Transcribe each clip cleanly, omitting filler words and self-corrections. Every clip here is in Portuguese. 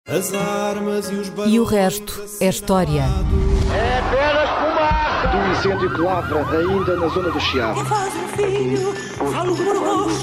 As armas E o resto é história. É apenas fumaça! Do incêndio que lavra ainda na zona do Chiado. Faz um filho, falo por rosto.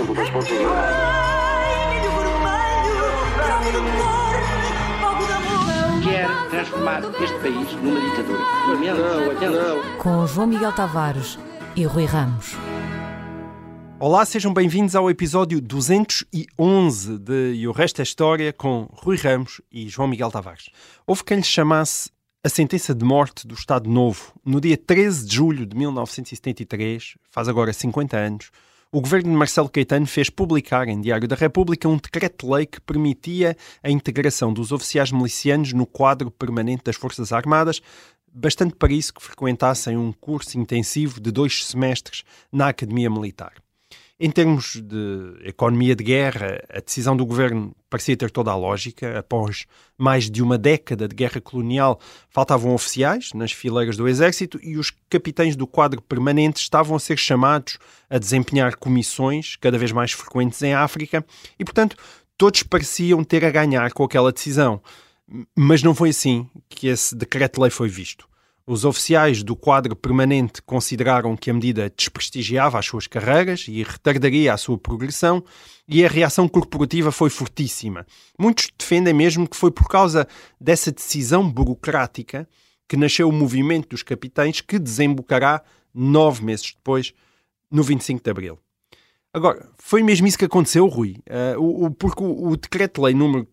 Ai, milho vermelho, bravo de cor, fogo de amor. Quer transformar este país numa ditadura. Não. Com João Miguel Tavares e Rui Ramos. Olá, sejam bem-vindos ao episódio 211 de E o Resto é História com Rui Ramos e João Miguel Tavares. Houve quem lhe chamasse a sentença de morte do Estado Novo. No dia 13 de julho de 1973, faz agora 50 anos, o governo de Marcelo Caetano fez publicar em Diário da República um decreto-lei que permitia a integração dos oficiais milicianos no quadro permanente das Forças Armadas, bastante para isso que frequentassem um curso intensivo de 2 semestres na Academia Militar. Em termos de economia de guerra, a decisão do governo parecia ter toda a lógica. Após mais de uma década de guerra colonial, faltavam oficiais nas fileiras do exército e os capitães do quadro permanente estavam a ser chamados a desempenhar comissões cada vez mais frequentes em África e, portanto, todos pareciam ter a ganhar com aquela decisão. Mas não foi assim que esse decreto-lei foi visto. Os oficiais do quadro permanente consideraram que a medida desprestigiava as suas carreiras e retardaria a sua progressão, e a reação corporativa foi fortíssima. Muitos defendem mesmo que foi por causa dessa decisão burocrática que nasceu o movimento dos capitães, que desembocará 9 meses depois, no 25 de Abril. Agora, foi mesmo isso que aconteceu, Rui? Porque o decreto-lei número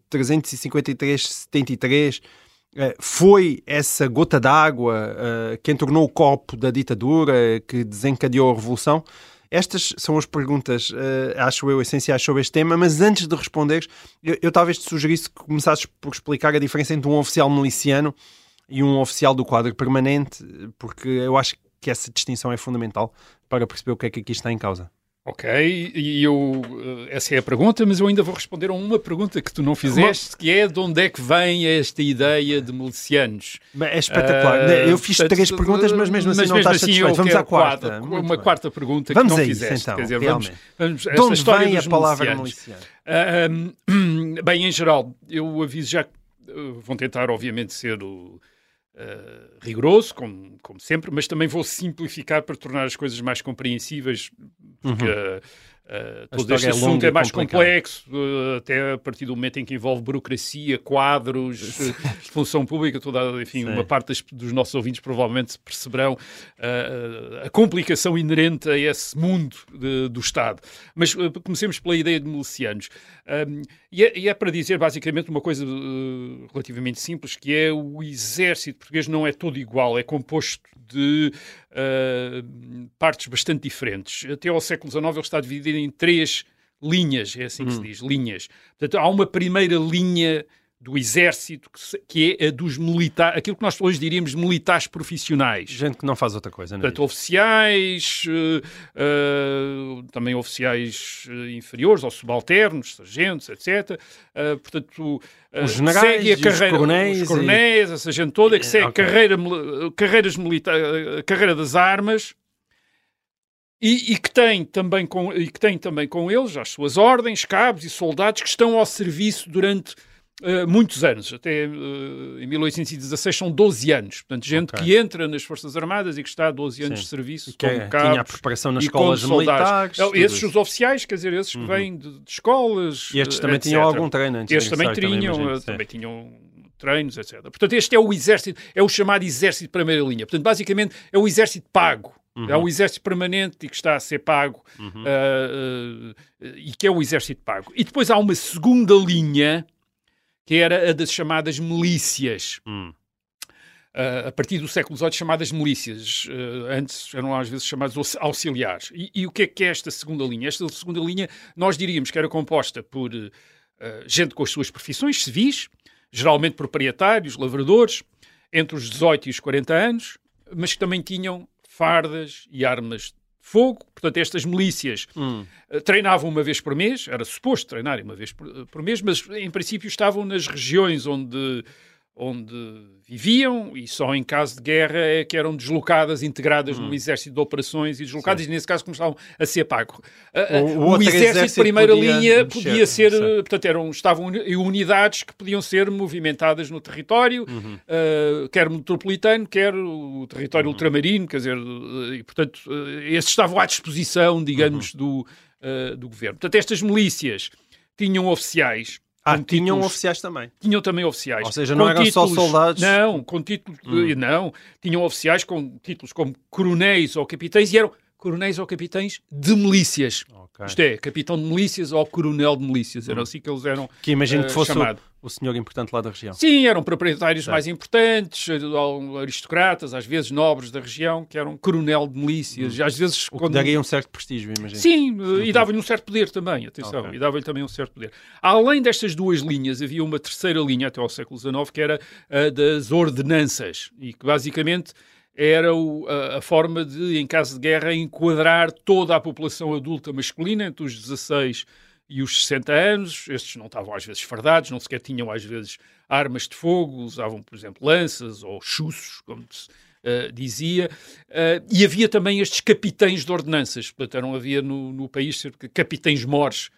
353/73 foi essa gota d'água que entornou o copo da ditadura, que desencadeou a revolução? Estas são as perguntas, acho eu, essenciais sobre este tema, mas antes de responderes, eu talvez te sugerisse que começasses por explicar a diferença entre um oficial miliciano e um oficial do quadro permanente, porque eu acho que essa distinção é fundamental para perceber o que é que aqui está em causa. Ok, e essa é a pergunta, mas eu ainda vou responder a uma pergunta que tu não fizeste, que é de onde é que vem esta ideia de milicianos? É espetacular. Eu fiz 3 perguntas, mas mesmo assim não estás satisfeito. Vamos à quarta. Uma quarta pergunta vamos que não a isso, fizeste. Então, quer dizer, realmente. vamos de onde vem a palavra miliciano? miliciano? Bem, em geral, eu aviso já que vão tentar, obviamente, ser rigoroso, como sempre, mas também vou simplificar para tornar as coisas mais compreensíveis, porque todo este assunto é mais complexo, até a partir do momento em que envolve burocracia, quadros, função pública, uma parte dos nossos ouvintes provavelmente perceberão a complicação inerente a esse mundo do Estado. Mas comecemos pela ideia de milicianos. E é para dizer basicamente uma coisa relativamente simples, que é o exército português não é todo igual, é composto de partes bastante diferentes. Até ao século XIX ele está dividido em 3 linhas, é assim que se diz, linhas. Portanto, há uma primeira linha do exército, que é a dos militares, aquilo que nós hoje diríamos militares profissionais. Gente que não faz outra coisa, não é? Portanto, oficiais, também oficiais inferiores, ou subalternos, sargentos, etc. Portanto, os generais, segue a carreira, os coronéis, essa gente toda, que segue carreiras militares, a carreira das armas, e que tem também com eles as suas ordens, cabos e soldados que estão ao serviço durante muitos anos, até em 1816 são 12 anos, portanto gente que entra nas Forças Armadas e que está há 12 anos de serviço, como cabos, tinha a preparação nas escolas militares. Esses os oficiais, quer dizer, esses que vêm de escolas, e estes também etc. tinham algum treino antes. Estes também tinham treinos, etc. Portanto, este é o exército, é o chamado exército de primeira linha. Portanto, basicamente é o exército pago. É o exército permanente e que está a ser pago, e que é o exército pago. E depois há uma segunda linha, que era a das chamadas milícias. A partir do século XVIII, chamadas milícias. Antes eram às vezes chamados auxiliares. E o que é esta segunda linha? Esta segunda linha, nós diríamos que era composta por gente com as suas profissões civis, geralmente proprietários, lavradores, entre os 18 e os 40 anos, mas que também tinham fardas e armas de fogo. Portanto, estas milícias treinavam uma vez por mês, era suposto treinarem uma vez por mês, mas em princípio estavam nas regiões onde onde viviam, e só em caso de guerra é que eram deslocadas, integradas num exército de operações e deslocadas, e nesse caso começavam a ser pago. O exército de primeira linha podia ser, portanto, estavam em unidades que podiam ser movimentadas no território, quer metropolitano, quer o território ultramarino, quer dizer, e, portanto, esses estavam à disposição, digamos, do governo. Portanto, estas milícias tinham oficiais. Tinham oficiais também. Tinham também oficiais. Ou seja, não eram títulos, só soldados. Não, com títulos. Não. Tinham oficiais com títulos como coronéis ou capitães, e eram coronéis ou capitães de milícias. Okay. Isto é, capitão de milícias ou coronel de milícias. Era assim que eles eram chamados. Que imagino que fosse o senhor importante lá da região. Sim, eram proprietários mais importantes, aristocratas, às vezes nobres da região, que eram coronel de milícias. Às vezes, daria um certo prestígio, imagino. Sim, e dava-lhe um certo poder também, atenção, e dava-lhe também um certo poder. Além destas duas linhas, havia uma terceira linha até ao século XIX, que era a das ordenanças, e que basicamente era a forma de, em caso de guerra, enquadrar toda a população adulta masculina entre os 16 e os 60 anos. Estes não estavam às vezes fardados, não sequer tinham às vezes armas de fogo, usavam, por exemplo, lanças ou chuços, como se dizia. E havia também estes capitães de ordenanças. Portanto, havia no país cerca de capitães mores,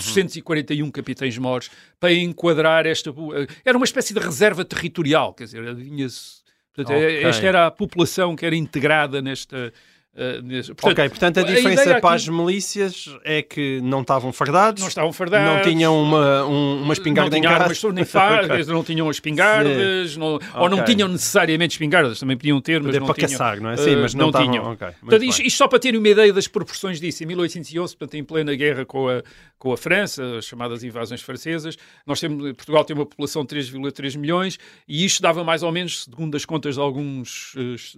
441 capitães mores, para enquadrar esta... Era uma espécie de reserva territorial, quer dizer, vinha-se... Portanto, esta era a população que era integrada nesta... Portanto, a diferença para as milícias é que não estavam fardados, não tinham uma espingarda em casa, nem fardas, não tinham espingardas, ou não tinham necessariamente espingardas, também podiam ter, mas não para tinham. Caçar, não é? Sim, mas não tinham. Portanto, isto só para terem uma ideia das proporções disso, em 1811, portanto, em plena guerra com a França, as chamadas invasões francesas, Portugal tem uma população de 3,3 milhões, e isto dava mais ou menos, segundo as contas de alguns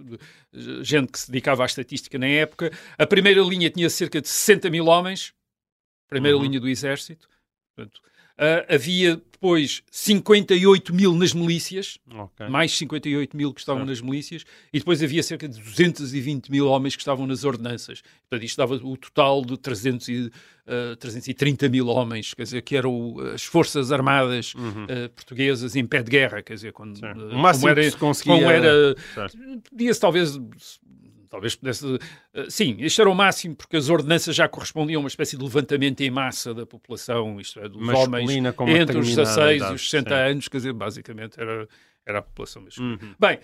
gente que se dedicava à estatística na época, a primeira linha tinha cerca de 60 mil homens, primeira linha do exército. Portanto, havia depois 58 mil nas milícias, mais 58 mil que estavam nas milícias, e depois havia cerca de 220 mil homens que estavam nas ordenanças. Portanto, isto dava o total de 330 mil homens, quer dizer, que eram as forças armadas portuguesas em pé de guerra, quer dizer, quando, o máximo que se conseguia... Podia-se talvez pudesse... sim, este era o máximo, porque as ordenanças já correspondiam a uma espécie de levantamento em massa da população, isto é, dos masculina, homens entre os 16 e os 60 anos, quer dizer, basicamente era a população masculina. Bem,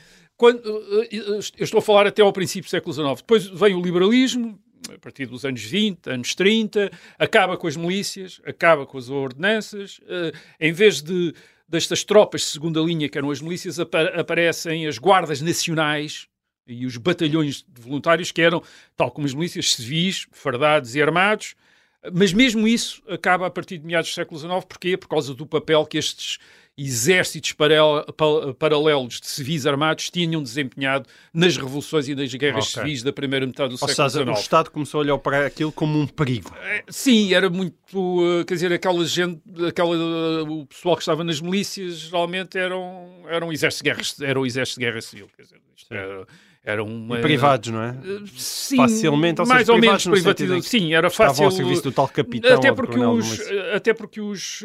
eu estou a falar até ao princípio do século XIX. Depois vem o liberalismo, a partir dos anos 20, anos 30, acaba com as milícias, acaba com as ordenanças, em vez destas tropas de segunda linha, que eram as milícias, aparecem as guardas nacionais e os batalhões de voluntários, que eram, tal como as milícias, civis, fardados e armados, mas mesmo isso acaba a partir de meados do século XIX. Porquê? Por causa do papel que estes exércitos paralelos de civis armados tinham desempenhado nas revoluções e nas guerras civis da primeira metade do século XIX. O Estado começou a olhar para aquilo como um perigo. Sim, era muito... Quer dizer, o pessoal que estava nas milícias geralmente eram exércitos de guerra civil. Quer dizer, isto era uma... E privados, não é? Sim, facilmente, mais ou menos privados. Sim, era fácil. Estavam ao serviço do tal capitão. Até porque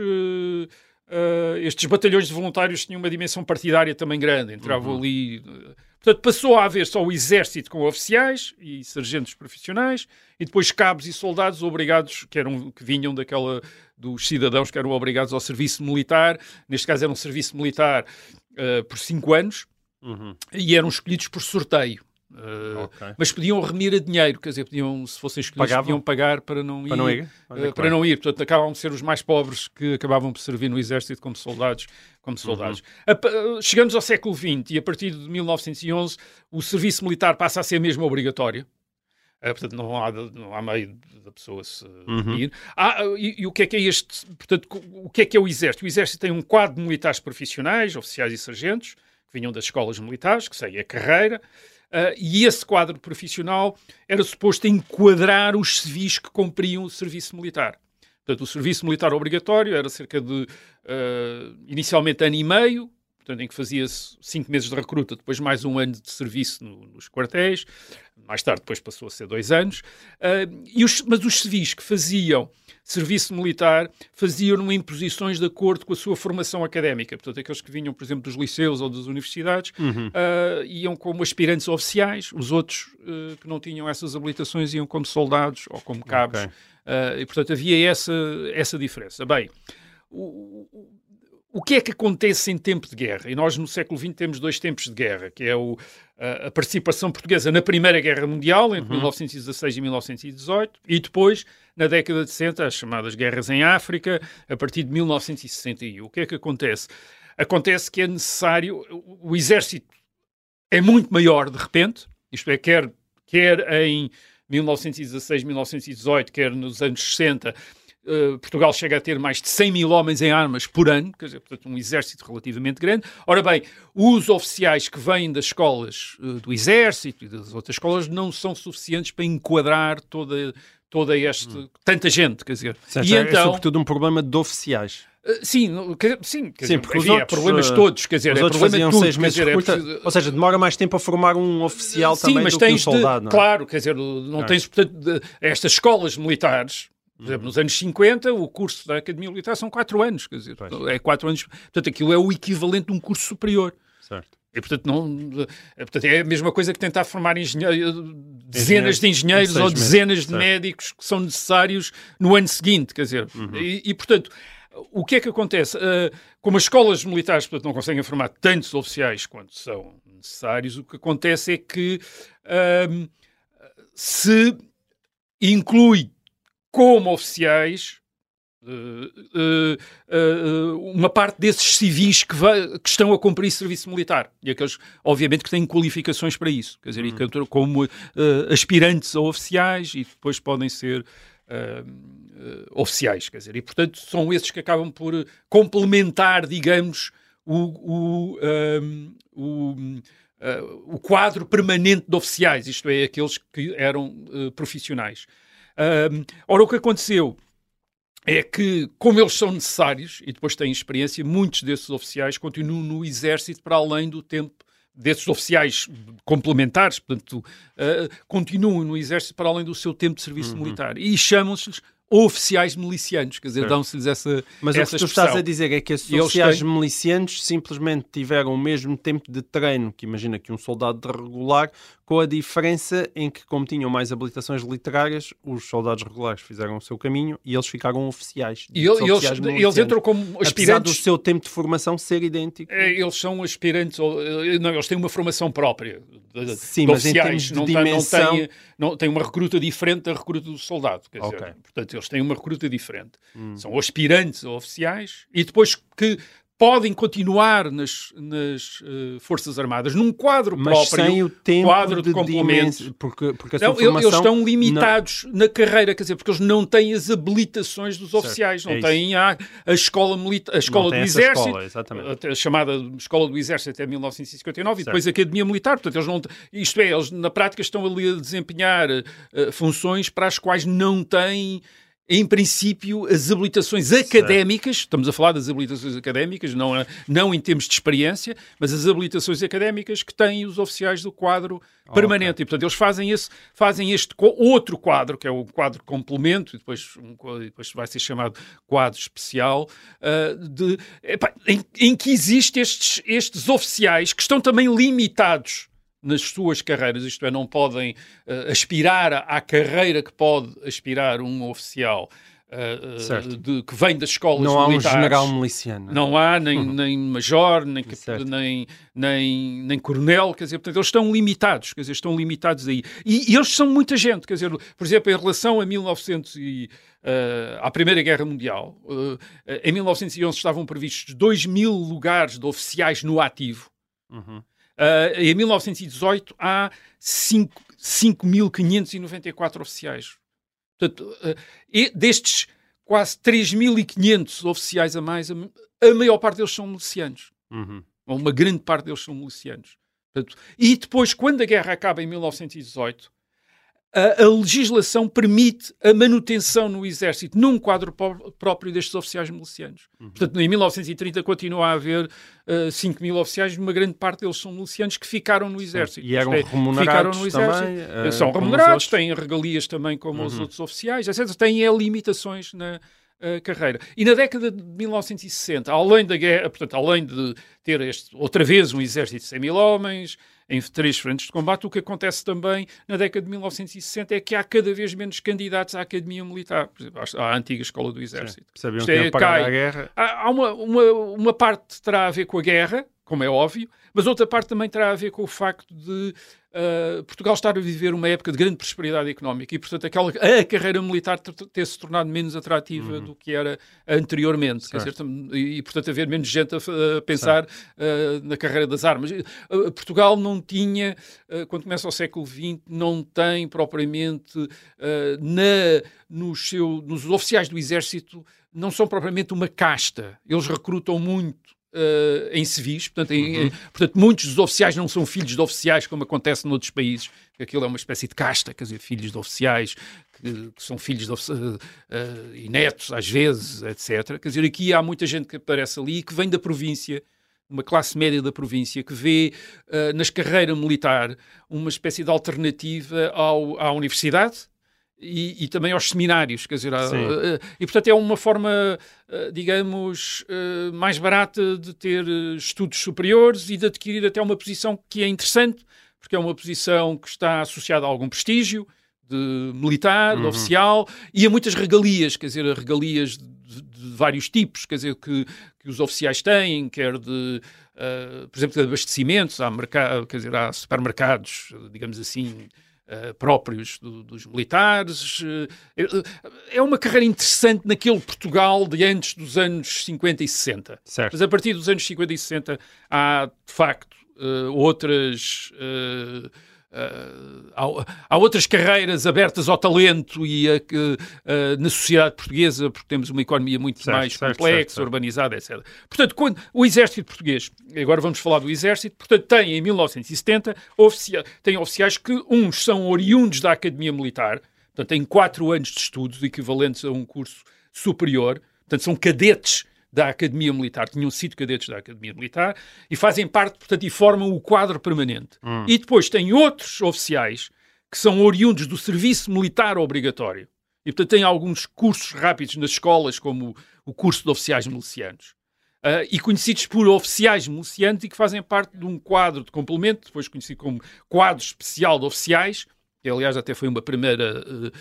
estes batalhões de voluntários tinham uma dimensão partidária também grande. Entravam ali... Portanto, passou a haver só o exército com oficiais e sargentos profissionais, e depois cabos e soldados obrigados, que vinham dos cidadãos que eram obrigados ao serviço militar. Neste caso era um serviço militar por 5 anos, e eram escolhidos por sorteio. Mas podiam remir a dinheiro, quer dizer, se fossem escolhidos, podiam pagar para não ir. Para não ir. Portanto, acabavam de ser os mais pobres que acabavam por servir no exército como soldados. Chegamos ao século XX e a partir de 1911 o serviço militar passa a ser mesmo obrigatório. Portanto, não há meio da pessoa se ir. E o que é este? Portanto, o que é o exército? O exército tem um quadro de militares profissionais, oficiais e sargentos, que vinham das escolas militares, que seguem a carreira. E esse quadro profissional era suposto enquadrar os civis que cumpriam o serviço militar. Portanto, o serviço militar obrigatório era cerca de, inicialmente, ano e meio, portanto, em que fazia-se 5 meses de recruta, depois mais um ano de serviço nos quartéis, mais tarde depois passou a ser 2 anos, mas os civis que faziam serviço militar faziam-no em posições de acordo com a sua formação académica. Portanto, aqueles que vinham, por exemplo, dos liceus ou das universidades, iam como aspirantes oficiais, os outros que não tinham essas habilitações iam como soldados ou como cabos. Okay. E, portanto, havia essa diferença. Bem, o que é que acontece em tempo de guerra? E nós, no século XX, temos 2 tempos de guerra, que é a participação portuguesa na Primeira Guerra Mundial, entre 1916 e 1918, e depois, na década de 60, as chamadas guerras em África, a partir de 1961. O que é que acontece? Acontece que é necessário... O exército é muito maior, de repente, isto é, quer em 1916, 1918, quer nos anos 60... Portugal chega a ter mais de 100 mil homens em armas por ano, quer dizer, portanto, um exército relativamente grande. Ora bem, os oficiais que vêm das escolas do exército e das outras escolas não são suficientes para enquadrar toda tanta gente, quer dizer. E então, é sobretudo um problema de oficiais. Sim, quer dizer, porque os outros, problemas todos, quer dizer, os outros problema faziam tudo, 6 meses de recruta, ou seja, demora mais tempo a formar um oficial também do que um soldado. Não é? Claro, quer dizer, não tens, portanto, estas escolas militares. Por exemplo, nos anos 50, o curso da Academia Militar são 4 anos, quer dizer, é 4 anos, portanto, aquilo é o equivalente de um curso superior. Certo. E, portanto, é a mesma coisa que tentar formar dezenas de engenheiros ou dezenas de médicos que são necessários no ano seguinte, quer dizer, e portanto, o que é que acontece? Como as escolas militares, portanto, não conseguem formar tantos oficiais quanto são necessários, o que acontece é que se inclui como oficiais uma parte desses civis que estão a cumprir serviço militar. E aqueles, obviamente, que têm qualificações para isso. Quer dizer, como aspirantes a oficiais e depois podem ser oficiais. Quer dizer, e, portanto, são esses que acabam por complementar, digamos, o quadro permanente de oficiais. Isto é, aqueles que eram profissionais. Ora, o que aconteceu é que, como eles são necessários e depois têm experiência, muitos desses oficiais continuam no exército para além do tempo desses oficiais complementares, portanto, continuam no exército para além do seu tempo de serviço militar e chamam-se oficiais milicianos, quer dizer, dão-se-lhes essa Mas essa o que tu estás a dizer é que esses oficiais milicianos simplesmente tiveram o mesmo tempo de treino que imagina que um soldado regular, com a diferença em que, como tinham mais habilitações literárias, os soldados regulares fizeram o seu caminho e eles ficaram oficiais. E eles entram como aspirantes. Apesar do seu tempo de formação ser idêntico. Eles são aspirantes, não, eles têm uma formação própria. Sim, mas oficiais. Em termos de dimensão... não tem uma recruta diferente da recruta do soldado. Quer dizer, portanto, eles têm uma recruta diferente. São aspirantes a oficiais e depois que podem continuar nas Forças Armadas num quadro mas próprio, sem o tempo quadro de complemento. Porque a sua formação... Eles estão limitados na carreira, quer dizer, porque eles não têm as habilitações dos oficiais, não têm a escola militar, a escola do Exército, a chamada Escola do Exército até 1959, e depois a Academia Militar. Portanto, eles não, isto é, eles na prática estão ali a desempenhar funções para as quais não têm, em princípio, as habilitações académicas, estamos a falar das habilitações académicas, não em termos de experiência, mas as habilitações académicas que têm os oficiais do quadro permanente. E, portanto, eles fazem este outro quadro, que é o quadro complemento, e depois vai ser chamado quadro especial, em que existem estes oficiais que estão também limitados nas suas carreiras, isto é, não podem aspirar à carreira que pode aspirar um oficial que vem das escolas militares. Não há um general miliciano. Não há, nem major, nem coronel, quer dizer, portanto, eles estão limitados, quer dizer, estão limitados aí. E eles são muita gente, quer dizer, por exemplo, em relação a à Primeira Guerra Mundial, em 1911 estavam previstos 2.000 lugares de oficiais no ativo. Em 1918 há 5.594 oficiais. Portanto, destes quase 3.500 oficiais a mais, a maior parte deles são milicianos. Uma grande parte deles são milicianos. Portanto, e depois, quando a guerra acaba em 1918, a legislação permite a manutenção no Exército num quadro próprio destes oficiais milicianos. Portanto, em 1930 continua a haver 5 mil oficiais, uma grande parte deles são milicianos que ficaram no Exército. E eram remunerados também? São remunerados, têm regalias também como os outros oficiais, etc. Têm limitações na carreira. E na década de 1960, além da guerra, portanto, além de ter outra vez um exército de 100 mil homens em 3 frentes de combate, o que acontece também na década de 1960 é que há cada vez menos candidatos à Academia Militar, por exemplo, à antiga Escola do Exército. Sabiam que iam parar a guerra. Há uma parte terá a ver com a guerra, como é óbvio, mas outra parte também terá a ver com o facto de Portugal estar a viver uma época de grande prosperidade económica e, portanto, a carreira militar ter-se tornado menos atrativa do que era anteriormente. Quer dizer, e, portanto, haver menos gente a pensar na carreira das armas. Portugal não tinha, quando começa o século XX, não tem propriamente nos oficiais do Exército, não são propriamente uma casta. Eles recrutam muito em civis, portanto, muitos dos oficiais não são filhos de oficiais, como acontece noutros países, aquilo é uma espécie de casta, quer dizer, filhos de oficiais, que são filhos de e netos, às vezes, etc. Quer dizer, aqui há muita gente que aparece ali, que vem da província, uma classe média da província, que vê nas carreiras militar uma espécie de alternativa à universidade, e também aos seminários, quer dizer, e portanto é uma forma, digamos, mais barata de ter estudos superiores e de adquirir até uma posição que é interessante, porque é uma posição que está associada a algum prestígio de militar, de oficial, e a muitas regalias, quer dizer, regalias de vários tipos, quer dizer, que os oficiais têm, quer de, por exemplo, de abastecimentos, há supermercados, digamos assim, próprios dos militares. É uma carreira interessante naquele Portugal de antes dos anos 50 e 60. Certo. Mas a partir dos anos 50 e 60 há, de facto, outras... há outras carreiras abertas ao talento e na sociedade portuguesa, porque temos uma economia muito mais complexa, urbanizada, etc. Portanto, quando o Exército Português, agora vamos falar do Exército, portanto, tem em 1970 tem oficiais que uns são oriundos da Academia Militar, portanto, têm 4 anos de estudos equivalentes a um curso superior, portanto, são cadetes da Academia Militar, tinham sido cadetes da Academia Militar e fazem parte, portanto, e formam o quadro permanente. E depois tem outros oficiais que são oriundos do serviço militar obrigatório e, portanto, têm alguns cursos rápidos nas escolas, como o curso de oficiais milicianos, e conhecidos por oficiais milicianos e que fazem parte de um quadro de complemento, depois conhecido como quadro especial de oficiais, que, aliás, até foi uma primeira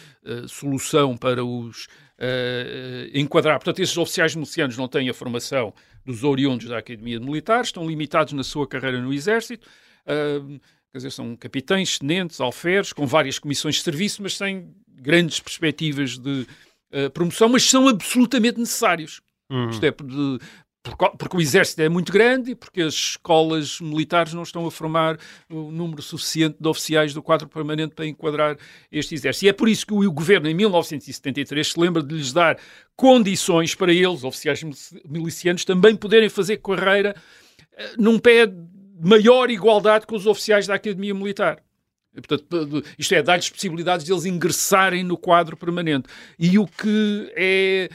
solução para os enquadrar. Portanto, esses oficiais milicianos não têm a formação dos oriundos da Academia Militar, estão limitados na sua carreira no Exército, quer dizer, são capitães, tenentes, alferes, com várias comissões de serviço, mas sem grandes perspectivas de promoção, mas são absolutamente necessários. Isto é, porque o Exército é muito grande e porque as escolas militares não estão a formar o número suficiente de oficiais do quadro permanente para enquadrar este Exército. E é por isso que o Governo, em 1973, se lembra de lhes dar condições para eles, oficiais milicianos, também poderem fazer carreira num pé de maior igualdade com os oficiais da Academia Militar. Portanto, isto é, dar-lhes possibilidades de eles ingressarem no quadro permanente. E o que é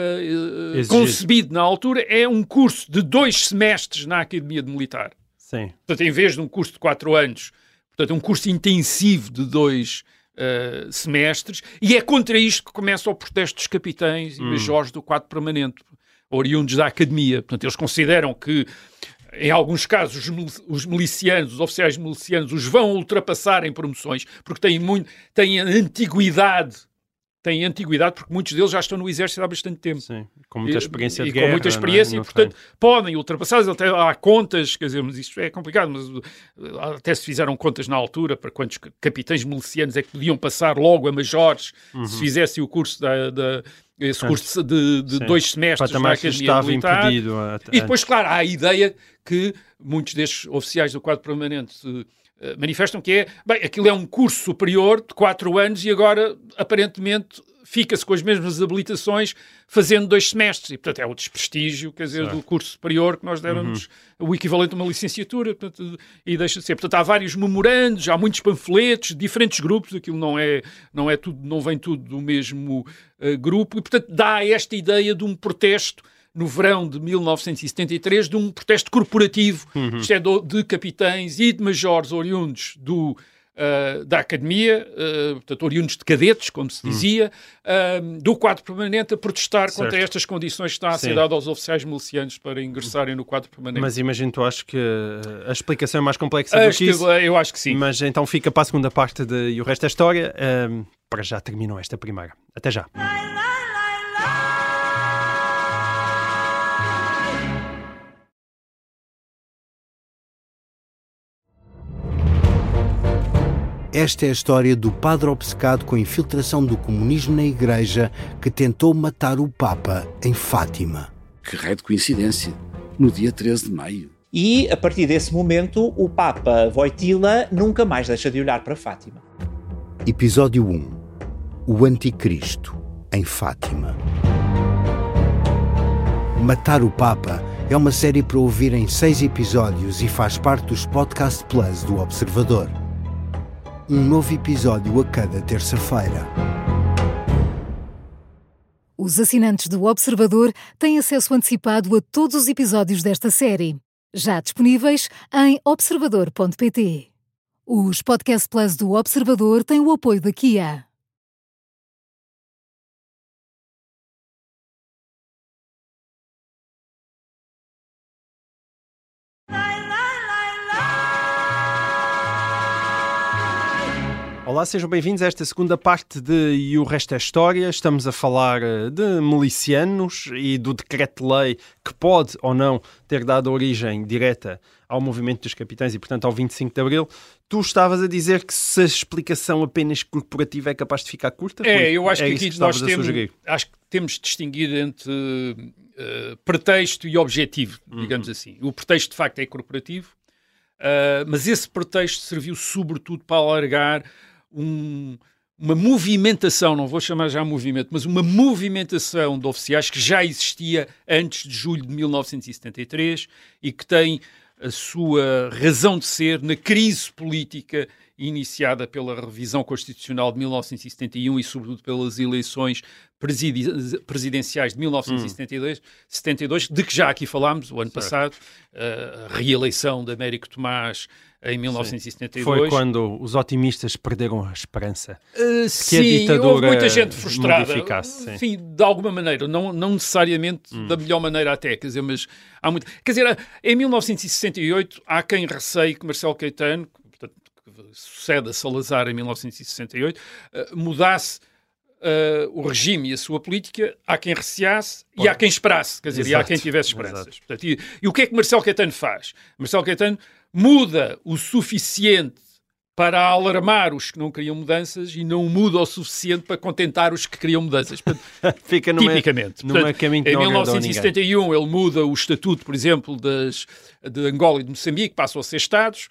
concebido na altura é um curso de 2 semestres na Academia Militar. Sim. Portanto, em vez de um curso de 4 anos, portanto, um curso intensivo de 2 semestres, e é contra isto que começa o protesto dos capitães e majores do quadro permanente, oriundos da Academia. Portanto, eles consideram que em alguns casos, os milicianos, os oficiais milicianos, os vão ultrapassar em promoções, porque têm antiguidade, porque muitos deles já estão no Exército há bastante tempo. Sim, com muita experiência de guerra. Com muita experiência, e, portanto, podem ultrapassar, até há contas, quer dizer, mas isto é complicado, mas até se fizeram contas na altura para quantos capitães milicianos é que podiam passar logo a majores se fizessem o curso esse curso de 2 semestres na Academia Militar. E depois, claro, há a ideia que muitos destes oficiais do quadro permanente manifestam que aquilo é um curso superior de 4 anos e agora, aparentemente, fica-se com as mesmas habilitações fazendo 2 semestres. E, portanto, é o desprestígio, quer dizer, do curso superior que nós déramos o equivalente a uma licenciatura, portanto, e deixa de ser. Portanto, há vários memorandos, há muitos panfletos, diferentes grupos, aquilo não é tudo, não vem tudo do mesmo grupo, e, portanto, dá esta ideia de um protesto no verão de 1973, de um protesto corporativo, isto é, de capitães e de majores oriundos da academia, portanto, oriundos de cadetes, como se dizia, do quadro permanente, a protestar contra estas condições que estão a ser dadas aos oficiais milicianos para ingressarem no quadro permanente. Mas imagino, tu acho que a explicação é mais complexa do que isso. Eu acho que sim. Mas então fica para a segunda parte E o Resto é História. Para já terminou esta primeira. Até já. Esta é a história do padre obcecado com a infiltração do comunismo na Igreja que tentou matar o Papa em Fátima. Que raio de coincidência, no dia 13 de maio. E, a partir desse momento, o Papa Wojtyla nunca mais deixa de olhar para Fátima. Episódio 1. O Anticristo, em Fátima. Matar o Papa é uma série para ouvir em 6 episódios e faz parte dos Podcast Plus do Observador. Um novo episódio a cada terça-feira. Os assinantes do Observador têm acesso antecipado a todos os episódios desta série, já disponíveis em observador.pt. Os Podcast Plus do Observador têm o apoio da Kia. Olá, sejam bem-vindos a esta segunda parte E o Resto é História. Estamos a falar de milicianos e do decreto-lei que pode ou não ter dado origem direta ao movimento dos capitães e, portanto, ao 25 de Abril. Tu estavas a dizer que se a explicação apenas corporativa é capaz de ficar curta? Eu acho que aqui nós acho que temos de distinguir entre pretexto e objetivo, digamos assim. O pretexto, de facto, é corporativo, mas esse pretexto serviu sobretudo para alargar uma movimentação, não vou chamar já movimento, mas uma movimentação de oficiais que já existia antes de julho de 1973 e que tem a sua razão de ser na crise política iniciada pela revisão constitucional de 1971 e, sobretudo, pelas eleições presidenciais de 1972, de que já aqui falámos o ano passado, a reeleição de Américo Tomás em 1972. Foi quando os otimistas perderam a esperança que a ditadura houve muita gente frustrada, modificasse. Sim, de alguma maneira, não necessariamente da melhor maneira até, quer dizer, mas há muito... Quer dizer, em 1968 há quem receie que Marcelo Caetano, que sucede a Salazar em 1968, mudasse o regime e a sua política. Há quem receasse e há quem esperasse, quer dizer, e há quem tivesse esperanças. Portanto, e o que é que Marcelo Caetano faz? Marcelo Caetano muda o suficiente para alarmar os que não queriam mudanças e não muda o suficiente para contentar os que queriam mudanças. Portanto, fica tipicamente. Numa caminho que em não 1971 ele muda o estatuto, por exemplo, de Angola e de Moçambique, passam a ser Estados.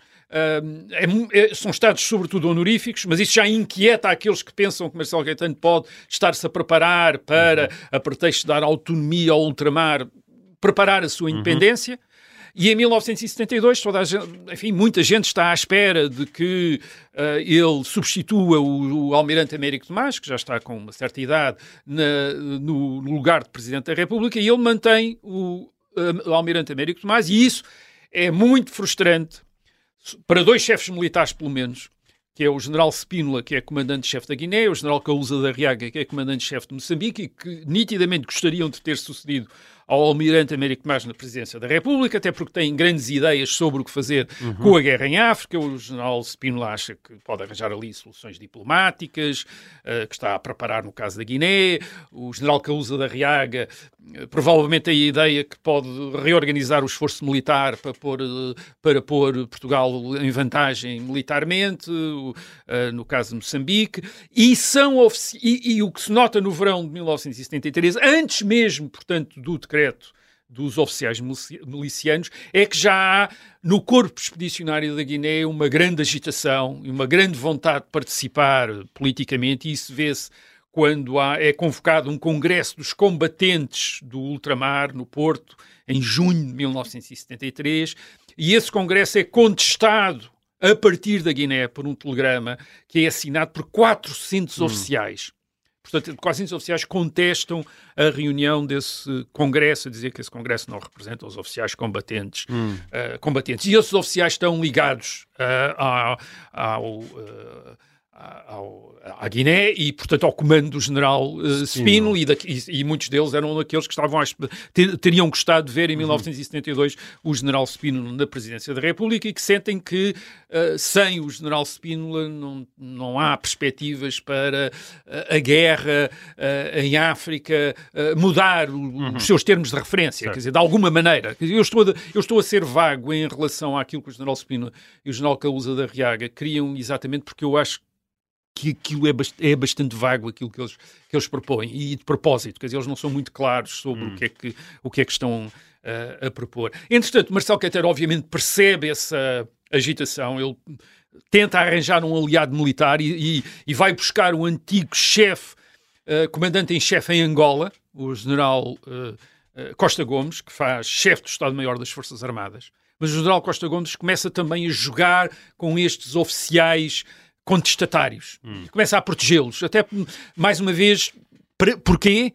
São Estados sobretudo honoríficos, mas isso já inquieta aqueles que pensam que Marcelo Caetano pode estar-se a preparar para, a pretexto de dar autonomia ao ultramar, preparar a sua independência. E em 1972, muita gente está à espera de que ele substitua o Almirante Américo Tomás, que já está com uma certa idade, no lugar de Presidente da República, e ele mantém o Almirante Américo Tomás, e isso é muito frustrante para 2 chefes militares, pelo menos, que é o general Spínola, que é comandante-chefe da Guiné, o general Causa da Riaga, que é comandante-chefe de Moçambique, e que nitidamente gostariam de ter sucedido ao Almirante Américo Tomás na presidência da República, até porque têm grandes ideias sobre o que fazer com a guerra em África. O general Spínola acha que pode arranjar ali soluções diplomáticas, que está a preparar no caso da Guiné. O general Causa da Riaga provavelmente tem a ideia que pode reorganizar o esforço militar para pôr Portugal em vantagem militarmente, no caso de Moçambique. E o que se nota no verão de 1973, antes mesmo, portanto, do decreto dos oficiais milicianos, é que já há no corpo expedicionário da Guiné uma grande agitação e uma grande vontade de participar politicamente, e isso vê-se quando é convocado um congresso dos combatentes do ultramar no Porto, em junho de 1973, e esse congresso é contestado a partir da Guiné por um telegrama que é assinado por 400 oficiais. Portanto, 400 oficiais contestam a reunião desse congresso, a dizer que esse congresso não representa os oficiais combatentes. E esses oficiais estão ligados à Guiné e, portanto, ao comando do general Spínola, e muitos deles eram aqueles que teriam gostado de ver em 1972 o general Spínola na presidência da República e que sentem que sem o general Spínola não há perspectivas para a guerra em África mudar os seus termos de referência, quer dizer, de alguma maneira. Eu estou a ser vago em relação àquilo que o general Spínola e o general Caúza da Arriaga queriam, exatamente porque eu acho que aquilo é bastante vago, aquilo que eles propõem, e de propósito, quer dizer, eles não são muito claros sobre o que é que estão a propor. Entretanto, Marcelo Caetano obviamente percebe essa agitação, ele tenta arranjar um aliado militar e vai buscar o antigo chefe, comandante-em-chefe em Angola, o general Costa Gomes, que faz chefe do Estado-Maior das Forças Armadas. Mas o general Costa Gomes começa também a jogar com estes oficiais contestatários. Começa a protegê-los. Até, mais uma vez, porquê?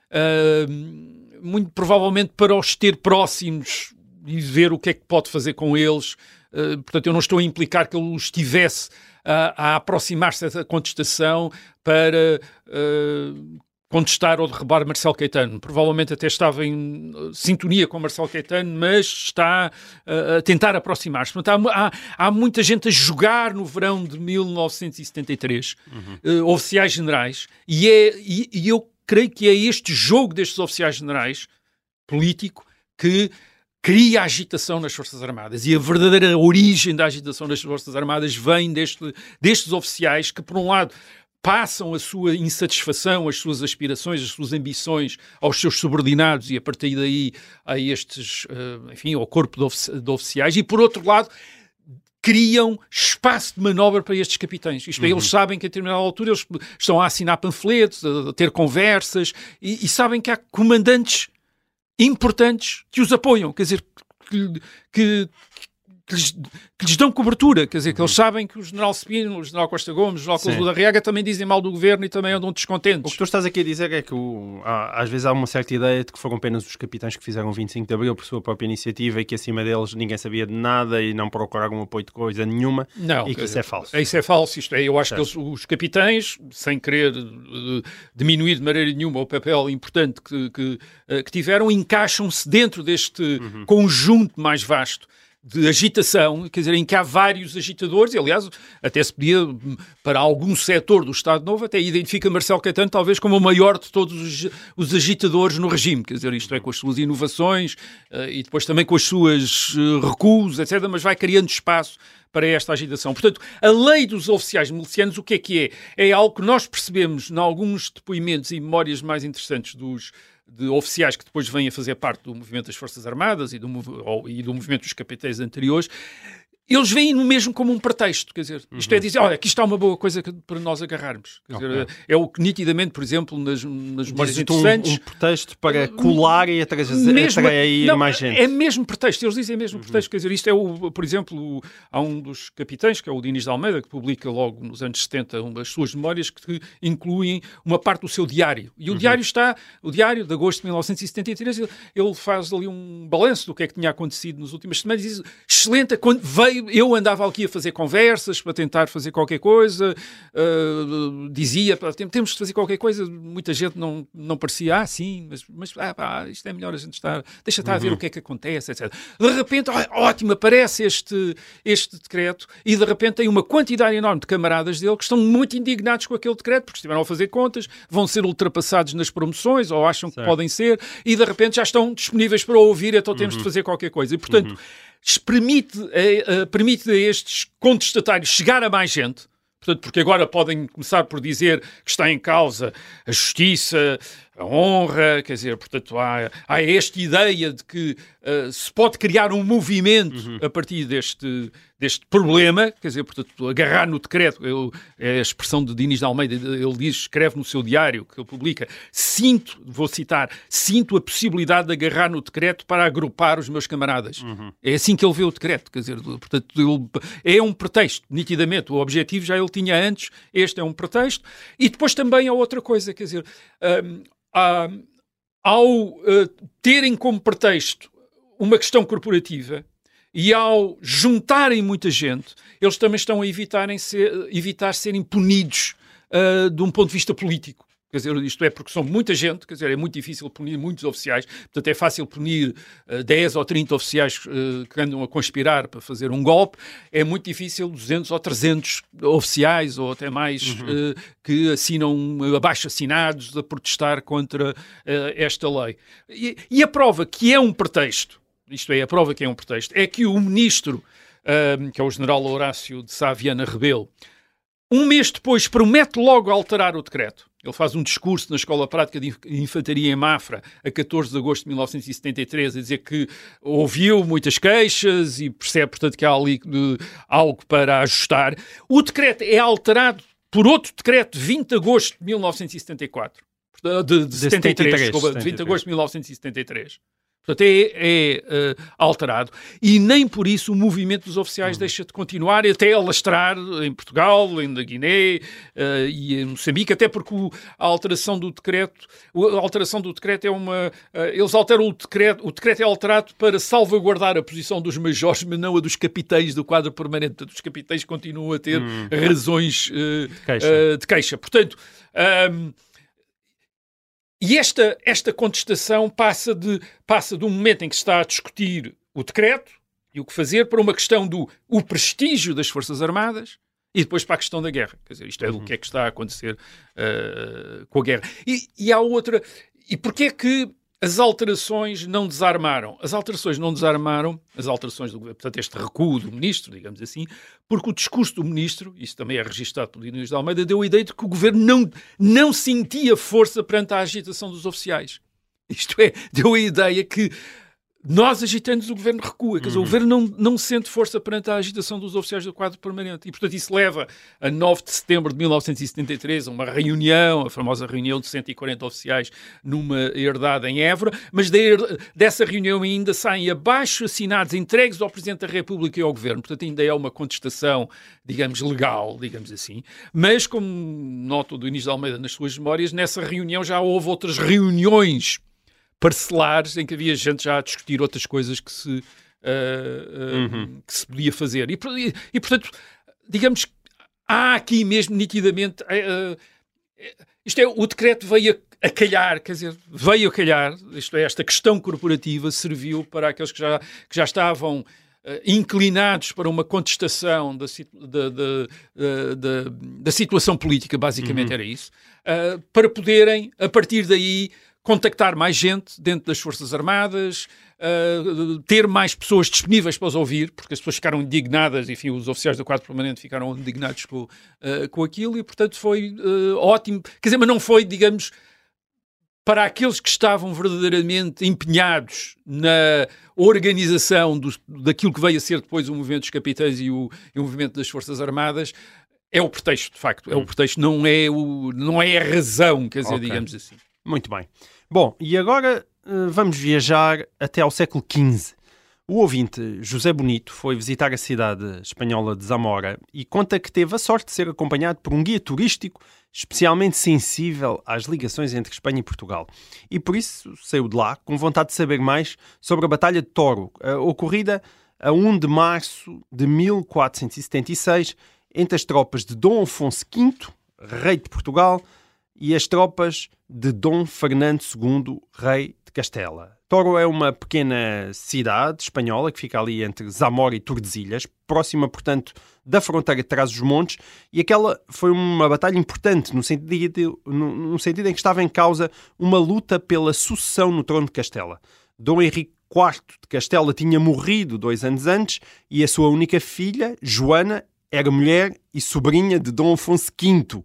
Muito provavelmente para os ter próximos e ver o que é que pode fazer com eles. Portanto, eu não estou a implicar que ele estivesse a aproximar-se da contestação para contestar ou derrubar Marcelo Caetano. Provavelmente até estava em sintonia com Marcelo Caetano, mas está a tentar aproximar-se. Portanto, há muita gente a jogar no verão de 1973, oficiais generais, e eu creio que é este jogo destes oficiais generais, político, que cria agitação nas Forças Armadas. E a verdadeira origem da agitação das Forças Armadas vem destes oficiais que, por um lado, passam a sua insatisfação, as suas aspirações, as suas ambições aos seus subordinados e a partir daí a estes, enfim, ao corpo de oficiais, e por outro lado criam espaço de manobra para estes capitães. Isto é, eles sabem que a determinada altura eles estão a assinar panfletos, a ter conversas e sabem que há comandantes importantes que os apoiam, quer dizer, que lhes dão cobertura, quer dizer, que eles sabem que o general Spínola, o general Costa Gomes, o general Caúza da Arriaga também dizem mal do governo e também andam descontentes. O que tu estás aqui a dizer é que às vezes há uma certa ideia de que foram apenas os capitães que fizeram 25 de Abril por sua própria iniciativa e que acima deles ninguém sabia de nada e não procuraram apoio de coisa nenhuma. Não, e que isso é falso. Isso é falso, isto é, eu acho que os capitães, sem querer diminuir de maneira nenhuma o papel importante que tiveram, encaixam-se dentro deste conjunto mais vasto de agitação, quer dizer, em que há vários agitadores, e aliás, até se podia, para algum setor do Estado Novo, até identifica Marcelo Caetano talvez como o maior de todos os agitadores no regime, quer dizer, isto é, com as suas inovações e depois também com as suas recuos, etc., mas vai criando espaço para esta agitação. Portanto, a lei dos oficiais milicianos, o que é? É algo que nós percebemos em alguns depoimentos e memórias mais interessantes de oficiais que depois vêm a fazer parte do movimento das Forças Armadas e do movimento dos capitães anteriores. Eles veem no mesmo como um pretexto, quer dizer, isto é dizer, olha, aqui está uma boa coisa para nós agarrarmos. Quer dizer, é o que nitidamente, por exemplo, nas memórias interessantes... Um pretexto para colar e atrair mais gente. É mesmo pretexto, eles dizem mesmo pretexto, quer dizer, isto é, por exemplo, há um dos capitães, que é o Dinis de Almeida, que publica logo nos anos 70 as suas memórias que incluem uma parte do seu diário. E o diário de agosto de 1973, ele faz ali um balanço do que é que tinha acontecido nas últimas semanas e diz, excelente, quando veio, eu andava aqui a fazer conversas para tentar fazer qualquer coisa, dizia, temos de fazer qualquer coisa, muita gente não parecia, sim, mas isto é melhor a gente estar a ver o que é que acontece, etc. De repente, ótimo, aparece este decreto e de repente tem uma quantidade enorme de camaradas dele que estão muito indignados com aquele decreto, porque estiveram a fazer contas, vão ser ultrapassados nas promoções, ou acham que podem ser, e de repente já estão disponíveis para ouvir, então temos de fazer qualquer coisa. E, portanto, permite a estes contestatários chegar a mais gente, portanto, porque agora podem começar por dizer que está em causa a justiça, a honra, quer dizer, portanto, há esta ideia de que se pode criar um movimento a partir deste problema, quer dizer, portanto, agarrar no decreto, é a expressão de Dinis de Almeida, ele escreve no seu diário, que ele publica, vou citar, sinto a possibilidade de agarrar no decreto para agrupar os meus camaradas. É assim que ele vê o decreto, quer dizer, portanto, é um pretexto, nitidamente, o objetivo já ele tinha antes, este é um pretexto, e depois também há outra coisa, quer dizer, ao terem como pretexto uma questão corporativa e ao juntarem muita gente, eles também estão a evitar serem punidos de um ponto de vista político. Quer dizer, isto é porque são muita gente, quer dizer, é muito difícil punir muitos oficiais, portanto é fácil punir 10 ou 30 oficiais que andam a conspirar para fazer um golpe, é muito difícil 200 ou 300 oficiais ou até mais que assinam abaixo-assinados a protestar contra esta lei. E a prova que é um pretexto, isto é, a prova que é um pretexto, é que o ministro, que é o general Horácio de Sá Viana Rebelo, um mês depois promete logo alterar o decreto. Ele faz um discurso na Escola Prática de Infantaria em Mafra, a 14 de agosto de 1973, a dizer que ouviu muitas queixas e percebe, portanto, que há ali algo para ajustar. O decreto é alterado por outro decreto de 20 de agosto de 1974. De 73, desculpa, de 20 de agosto de 1973. Portanto, é alterado. E nem por isso o movimento dos oficiais deixa de continuar, até alastrar em Portugal, na Guiné e em Moçambique, até porque a alteração do decreto é uma... eles alteram o decreto é alterado para salvaguardar a posição dos majores, mas não a dos capitães do quadro permanente. Portanto, os capitães continuam a ter razões de queixa. Portanto... E esta contestação passa de um momento em que se está a discutir o decreto e o que fazer para uma questão do prestígio das Forças Armadas e depois para a questão da guerra. Quer dizer, isto é do que é que está a acontecer com a guerra. E há outra... E porquê é que as alterações não desarmaram? As alterações não desarmaram, as alterações do governo, portanto, este recuo do ministro, digamos assim, porque o discurso do ministro, isso também é registado pelo Dinis de Almeida, deu a ideia de que o governo não sentia força perante a agitação dos oficiais. Isto é, deu a ideia que nós agitando o governo recua, quer dizer, o governo não sente força perante a agitação dos oficiais do quadro permanente. E, portanto, isso leva a 9 de setembro de 1973 a uma reunião, a famosa reunião de 140 oficiais numa herdade em Évora, mas dessa reunião ainda saem abaixo-assinados entregues ao Presidente da República e ao Governo. Portanto, ainda é uma contestação, digamos, legal, digamos assim. Mas, como nota o Dinis de Almeida nas suas memórias, nessa reunião já houve outras reuniões parcelares em que havia gente já a discutir outras coisas que se podia fazer. E, portanto, digamos que há aqui mesmo nitidamente... isto é, o decreto veio a calhar, quer dizer, veio a calhar, isto é, esta questão corporativa serviu para aqueles que já estavam inclinados para uma contestação da situação política, basicamente era isso, para poderem, a partir daí, contactar mais gente dentro das Forças Armadas, ter mais pessoas disponíveis para os ouvir, porque as pessoas ficaram indignadas, enfim, os oficiais do quadro permanente ficaram indignados com aquilo, e, portanto, foi ótimo. Quer dizer, mas não foi, digamos, para aqueles que estavam verdadeiramente empenhados na organização daquilo que veio a ser depois o movimento dos capitães e o movimento das Forças Armadas. É o pretexto, de facto. É o pretexto, não é a razão, quer dizer, digamos assim. Muito bem. Bom, e agora vamos viajar até ao século XV. O ouvinte José Bonito foi visitar a cidade espanhola de Zamora e conta que teve a sorte de ser acompanhado por um guia turístico especialmente sensível às ligações entre Espanha e Portugal. E por isso saiu de lá com vontade de saber mais sobre a Batalha de Toro, ocorrida a 1 de março de 1476 entre as tropas de Dom Afonso V, rei de Portugal, e as tropas de Dom Fernando II, rei de Castela. Toro é uma pequena cidade espanhola que fica ali entre Zamora e Tordesilhas, próxima, portanto, da fronteira de Trás-os-Montes, e aquela foi uma batalha importante no sentido em que estava em causa uma luta pela sucessão no trono de Castela. Dom Henrique IV de Castela tinha morrido 2 anos antes e a sua única filha, Joana, era mulher e sobrinha de Dom Afonso V.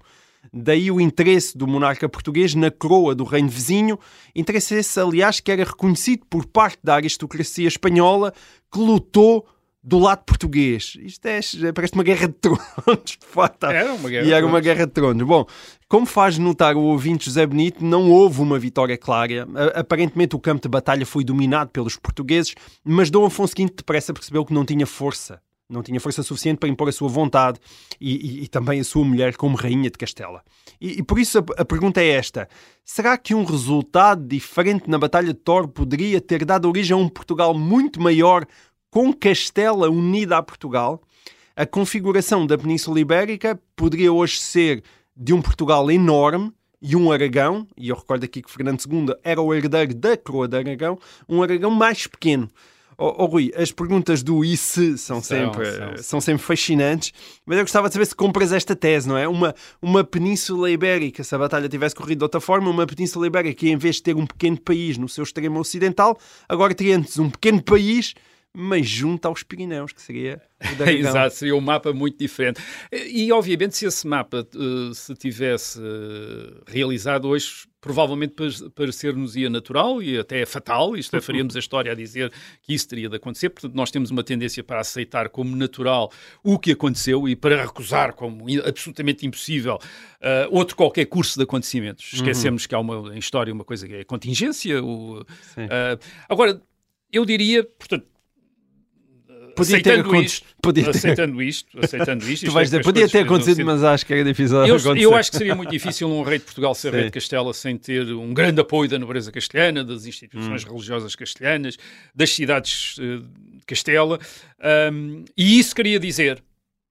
Daí o interesse do monarca português na coroa do reino vizinho, interesse esse, aliás, que era reconhecido por parte da aristocracia espanhola, que lutou do lado português. Isto parece uma guerra de tronos, de facto. Era uma guerra, e era uma guerra de tronos. Bom, como faz notar o ouvinte José Benito, não houve uma vitória clara. Aparentemente o campo de batalha foi dominado pelos portugueses, mas Dom Afonso V depressa percebeu que não tinha força. Não tinha força suficiente para impor a sua vontade e também a sua mulher como rainha de Castela. E por isso a pergunta é esta. Será que um resultado diferente na Batalha de Toro poderia ter dado origem a um Portugal muito maior com Castela unida a Portugal? A configuração da Península Ibérica poderia hoje ser de um Portugal enorme e um Aragão, e eu recordo aqui que Fernando II era o herdeiro da coroa de Aragão, um Aragão mais pequeno. Rui, as perguntas do e se são sempre fascinantes, mas eu gostava de saber se compras esta tese, não é? Uma Península Ibérica, se a batalha tivesse corrido de outra forma, uma Península Ibérica que, em vez de ter um pequeno país no seu extremo ocidental, agora teria antes um pequeno país, mas junto aos Pirineus, que seria o da Aragão. Exato, seria um mapa muito diferente. E, obviamente, se esse mapa se tivesse realizado hoje, provavelmente parecer-nos-ia natural e até fatal, isto é, faríamos a história a dizer que isso teria de acontecer. Portanto, nós temos uma tendência para aceitar como natural o que aconteceu e para recusar como absolutamente impossível outro qualquer curso de acontecimentos. Esquecemos que há em história uma coisa que é a contingência. Agora, eu diria, portanto, aceitando isto. Tu vais dizer, podia ter acontecido, mas acho que era difícil acontecer. Eu acho que seria muito difícil um rei de Portugal ser rei de Castela sem ter um grande apoio da nobreza castelhana, das instituições religiosas castelhanas, das cidades de Castela. E isso queria dizer,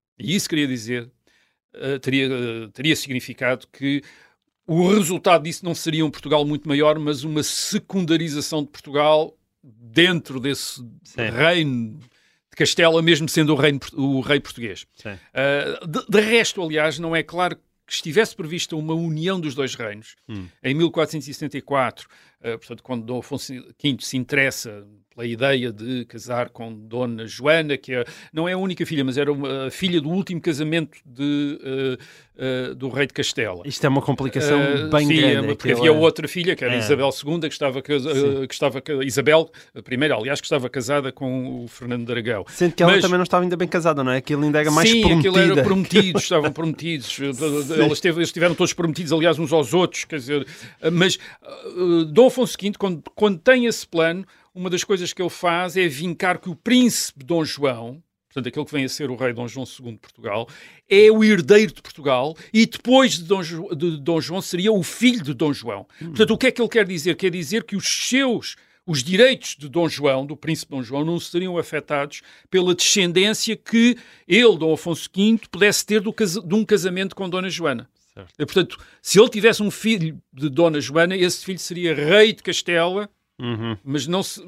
teria significado que o resultado disso não seria um Portugal muito maior, mas uma secundarização de Portugal dentro desse reino de Castela, mesmo sendo o rei português. De resto, aliás, não é claro que estivesse prevista uma união dos dois reinos. Em 1474, portanto, quando Dom Afonso V se interessa pela ideia de casar com Dona Joana, que não é a única filha, mas era uma filha do último casamento do rei de Castela. Isto é uma complicação bem grande. Porque havia outra filha, que era Isabel II, que estava Isabel I, aliás, que estava casada com o Fernando de Aragão. Sendo que ela também não estava ainda bem casada, não é? Aquilo ainda era mais prometida. Sim, aquilo era prometidos, estavam prometidos. Eles estiveram todos prometidos, aliás, uns aos outros, quer dizer, mas Dom Afonso V, quando tem esse plano, uma das coisas que ele faz é vincar que o príncipe Dom João, portanto, aquele que vem a ser o rei Dom João II de Portugal, é o herdeiro de Portugal e depois de Dom João seria o filho de Dom João. Portanto, o que é que ele quer dizer? Quer dizer que os direitos de Dom João, do príncipe Dom João, não seriam afetados pela descendência que ele, Dom Afonso V, pudesse ter de um casamento com Dona Joana. E, portanto, se ele tivesse um filho de Dona Joana, esse filho seria rei de Castela. Mas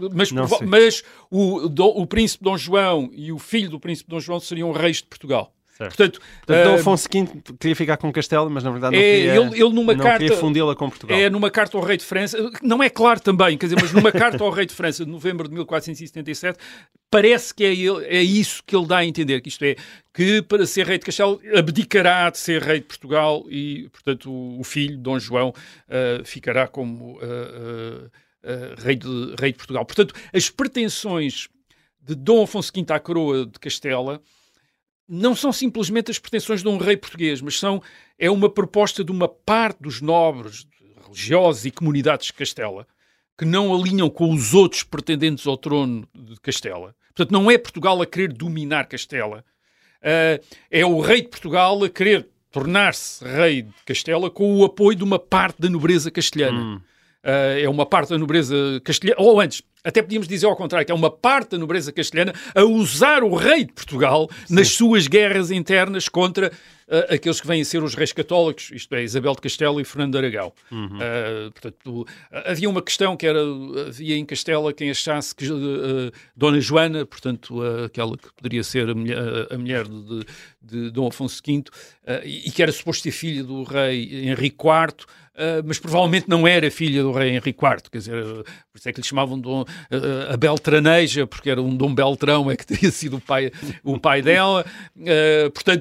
o príncipe Dom João e o filho do príncipe Dom João seriam reis de Portugal. Portanto, Dom Afonso V queria ficar com Castela, mas na verdade não queria fundi-la com Portugal. Numa carta ao rei de França, não é claro também, quer dizer, mas numa carta ao rei de França de novembro de 1477, parece que é isso que ele dá a entender, que isto é, que para ser rei de Castela abdicará de ser rei de Portugal e, portanto, o filho, Dom João, ficará como rei de Portugal. Portanto, as pretensões de Dom Afonso V à coroa de Castela não são simplesmente as pretensões de um rei português, mas é uma proposta de uma parte dos nobres, religiosos e comunidades de Castela que não alinham com os outros pretendentes ao trono de Castela. Portanto, não é Portugal a querer dominar Castela, é o rei de Portugal a querer tornar-se rei de Castela com o apoio de uma parte da nobreza castelhana. É uma parte da nobreza castelhana, ou antes, até podíamos dizer ao contrário, que é uma parte da nobreza castelhana a usar o rei de Portugal nas suas guerras internas contra aqueles que vêm a ser os reis católicos, isto é, Isabel de Castela e Fernando de Aragão. Portanto, havia uma questão que havia em Castela quem achasse que Dona Joana, portanto, aquela que poderia ser a mulher de Dom Afonso V, e que era suposto ser filha do rei Henrique IV, mas provavelmente não era filha do rei Henrique IV, quer dizer, por isso é que lhe chamavam a Beltraneja, porque era um Dom Beltrão, é que teria sido o pai dela. Portanto,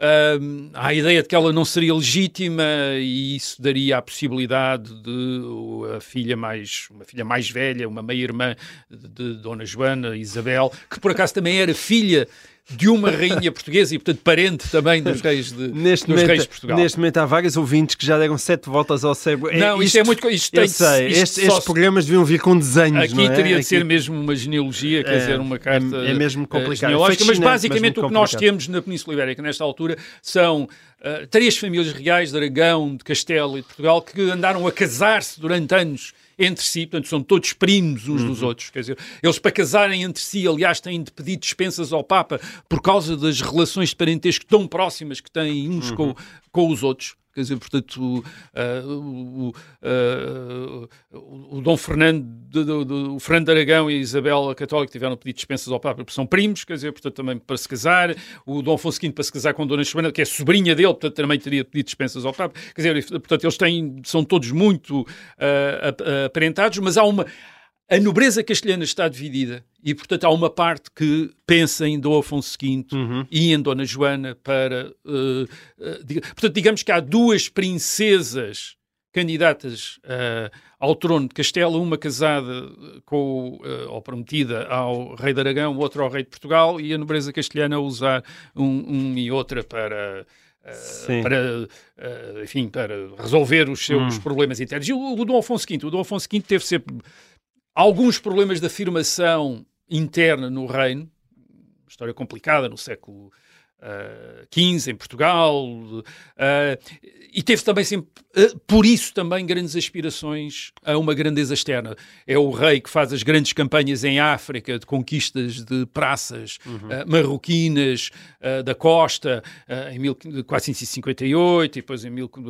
há a ideia de que ela não seria legítima e isso daria a possibilidade de uma filha mais velha, uma meia-irmã de Dona Joana, Isabel, que por acaso também era filha de uma rainha portuguesa e, portanto, parente também dos reis de Portugal. Neste momento há vários ouvintes que já deram 7 voltas ao cérebro. Não, isto é muito... Estes programas deviam vir com desenhos, aqui não é? Teria de ser mesmo uma genealogia, quer dizer, uma carta é mesmo complicado. Mas basicamente o que nós temos na Península Ibérica nesta altura são 3 famílias reais de Aragão, de Castelo e de Portugal que andaram a casar-se durante anos entre si, portanto são todos primos uns dos outros, quer dizer, eles para casarem entre si, aliás, têm de pedir dispensas ao Papa por causa das relações de parentesco tão próximas que têm uns com os outros. Quer dizer, portanto, o Dom Fernando, o Fernando de Aragão e a Isabel a Católica tiveram pedido dispensas ao Papa porque são primos, quer dizer, portanto, também para se casar. O Dom Afonso V para se casar com a Dona Joana, que é sobrinha dele, portanto, também teria pedido dispensas ao Papa. Quer dizer, portanto, eles são todos muito aparentados, mas a nobreza castelhana está dividida e, portanto, há uma parte que pensa em Dom Afonso V e em Dona Joana para... portanto, digamos que há 2 princesas candidatas ao trono de Castelo, uma casada ou prometida ao rei de Aragão, outra ao rei de Portugal, e a nobreza castelhana a usar um e outra para resolver os seus problemas internos. E o Dom Afonso V teve sempre alguns problemas de afirmação interna no reino, história complicada no século XV em Portugal, e teve também sempre, por isso também, grandes aspirações a uma grandeza externa. É o rei que faz as grandes campanhas em África de conquistas de praças marroquinas da costa em 1458 e depois em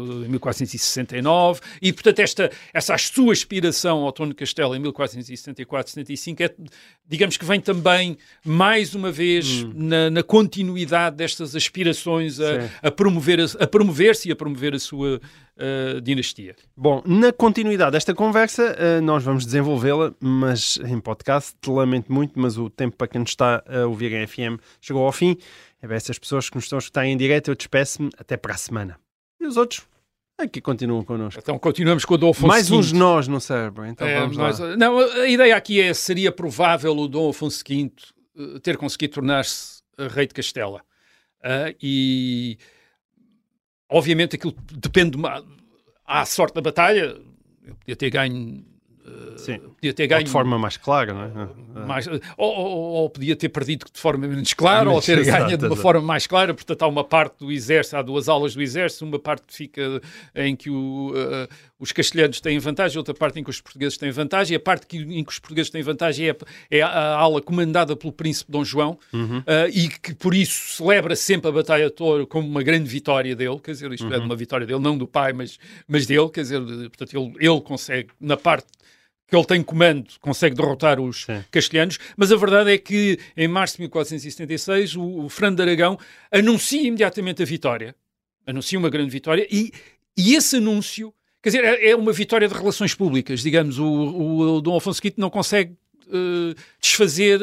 1469 e, portanto, essa sua aspiração ao trono de Castelo em 1474-75 digamos que vem também mais uma vez na continuidade destas aspirações a promover-se e a promover a sua dinastia. Bom, na continuidade desta conversa, nós vamos desenvolvê-la, mas em podcast, lamento muito, mas o tempo para quem nos está a ouvir em FM chegou ao fim. É para essas pessoas que nos estão a escutar em direto, eu despeço-me até para a semana. E os outros? Aqui continuam connosco. Então continuamos com o Dom Afonso Mais V. uns nós no cérebro, então vamos lá. Não, a ideia aqui seria provável o Dom Afonso V ter conseguido tornar-se rei de Castela. E obviamente aquilo depende à sorte da batalha. Eu podia ter ganho de forma mais clara, não é? Ou podia ter perdido de forma menos clara, ou ter ganho de uma forma mais clara. Portanto, há uma parte do exército, há 2 alas do exército, uma parte fica em que os castelhanos têm vantagem, outra parte em que os portugueses têm vantagem, e a parte em que os portugueses têm vantagem é a ala comandada pelo príncipe Dom João, e que por isso celebra sempre a Batalha de Touro como uma grande vitória dele, quer dizer, isto é uma vitória dele, não do pai, mas dele, quer dizer, portanto, ele consegue, na parte que ele tem comando, consegue derrotar os castelhanos, mas a verdade é que em março de 1476 o Fernando de Aragão anuncia imediatamente a vitória, anuncia uma grande vitória, e esse anúncio, quer dizer, é uma vitória de relações públicas, digamos, o Dom Afonso V não consegue desfazer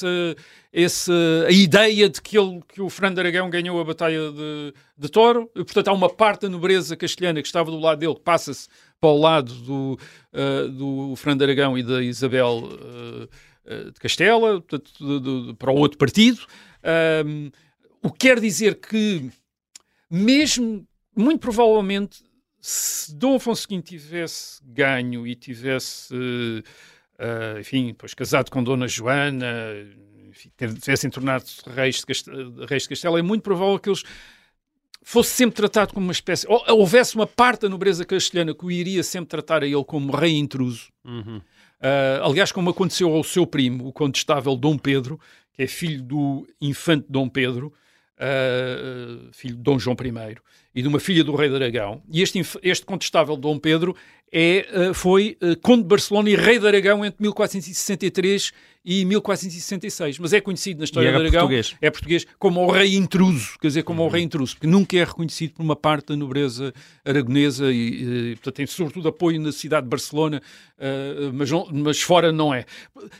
a ideia de que o Fernando de Aragão ganhou a Batalha de Touro, e, portanto há uma parte da nobreza castelhana que estava do lado dele, que passa-se para o lado do Fernando de Aragão e da Isabel de Castela, portanto, para o outro partido. O que quer dizer que, mesmo, muito provavelmente, se Dom Afonso V tivesse ganho e tivesse, enfim, depois casado com Dona Joana, enfim, tivessem tornado-se reis de Castela, é muito provável que eles fosse sempre tratado como uma espécie... Ou houvesse uma parte da nobreza castelhana que o iria sempre tratar a ele como rei intruso. Aliás, como aconteceu ao seu primo, o condestável Dom Pedro, que é filho do infante Dom Pedro, filho de Dom João I, e de uma filha do rei de Aragão. E este condestável Dom Pedro foi conde de Barcelona e rei de Aragão entre 1463 e 1466, mas é conhecido na história de Aragão, é português, como o rei intruso, quer dizer, como o rei intruso, porque nunca é reconhecido por uma parte da nobreza aragonesa e portanto, tem sobretudo apoio na cidade de Barcelona, mas fora não é.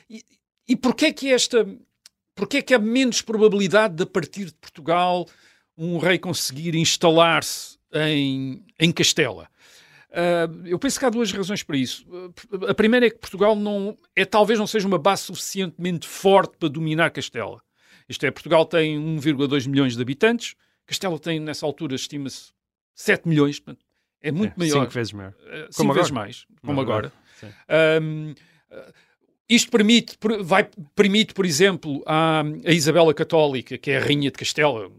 E porquê é que há menos probabilidade de, a partir de Portugal, um rei conseguir instalar-se em Castela? Eu penso que há duas razões para isso. A primeira é que Portugal talvez não seja uma base suficientemente forte para dominar Castela. Isto é, Portugal tem 1,2 milhões de habitantes, Castela tem, nessa altura, estima-se 7 milhões, portanto, é muito maior. 5 vezes maior. 5 vezes mais, como agora. Isto permite, por exemplo, a Isabela Católica, que é a Rainha de Castela,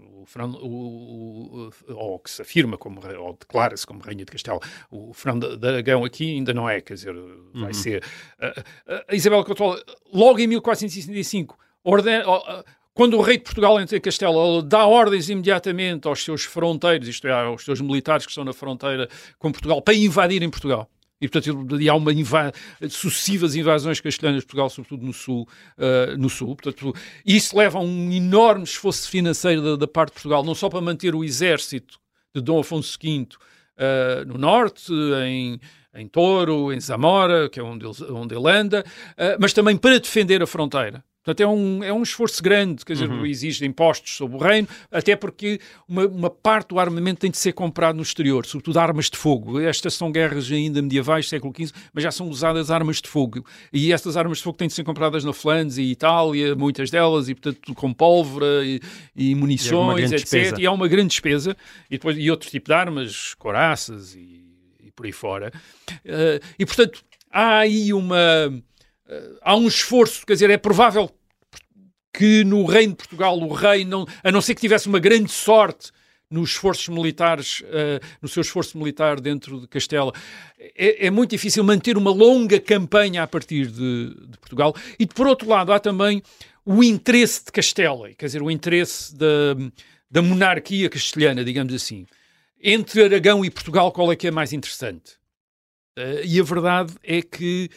ou que se afirma ou declara-se como Rainha de Castela. O Fernando de Aragão aqui ainda não é, quer dizer, vai ser. A Isabela Católica, logo em 1465, quando o rei de Portugal entra em Castela, dá ordens imediatamente aos seus fronteiros, isto é, aos seus militares que estão na fronteira com Portugal, para invadirem Portugal. E, portanto, há sucessivas invasões castelhanas de Portugal, sobretudo no Sul. Portanto, isso leva a um enorme esforço financeiro da parte de Portugal, não só para manter o exército de Dom Afonso V no norte, em Touro, em Zamora, que é onde ele anda, mas também para defender a fronteira. Portanto, é um esforço grande, quer dizer, exige impostos sobre o reino, até porque uma parte do armamento tem de ser comprado no exterior, sobretudo armas de fogo. Estas são guerras ainda medievais, século XV, mas já são usadas armas de fogo. E estas armas de fogo têm de ser compradas na Flandres e Itália, muitas delas, e portanto com pólvora e munições, etc. Despesa. E há uma grande despesa. E outro tipo de armas, couraças e por aí fora. E portanto, há aí há um esforço, quer dizer, é provável que no reino de Portugal o rei, a não ser que tivesse uma grande sorte nos esforços militares, no seu esforço militar dentro de Castela, é muito difícil manter uma longa campanha a partir de Portugal. E por outro lado há também o interesse de Castela, quer dizer, o interesse da monarquia castelhana, digamos assim. Entre Aragão e Portugal, qual é que é mais interessante? E a verdade é que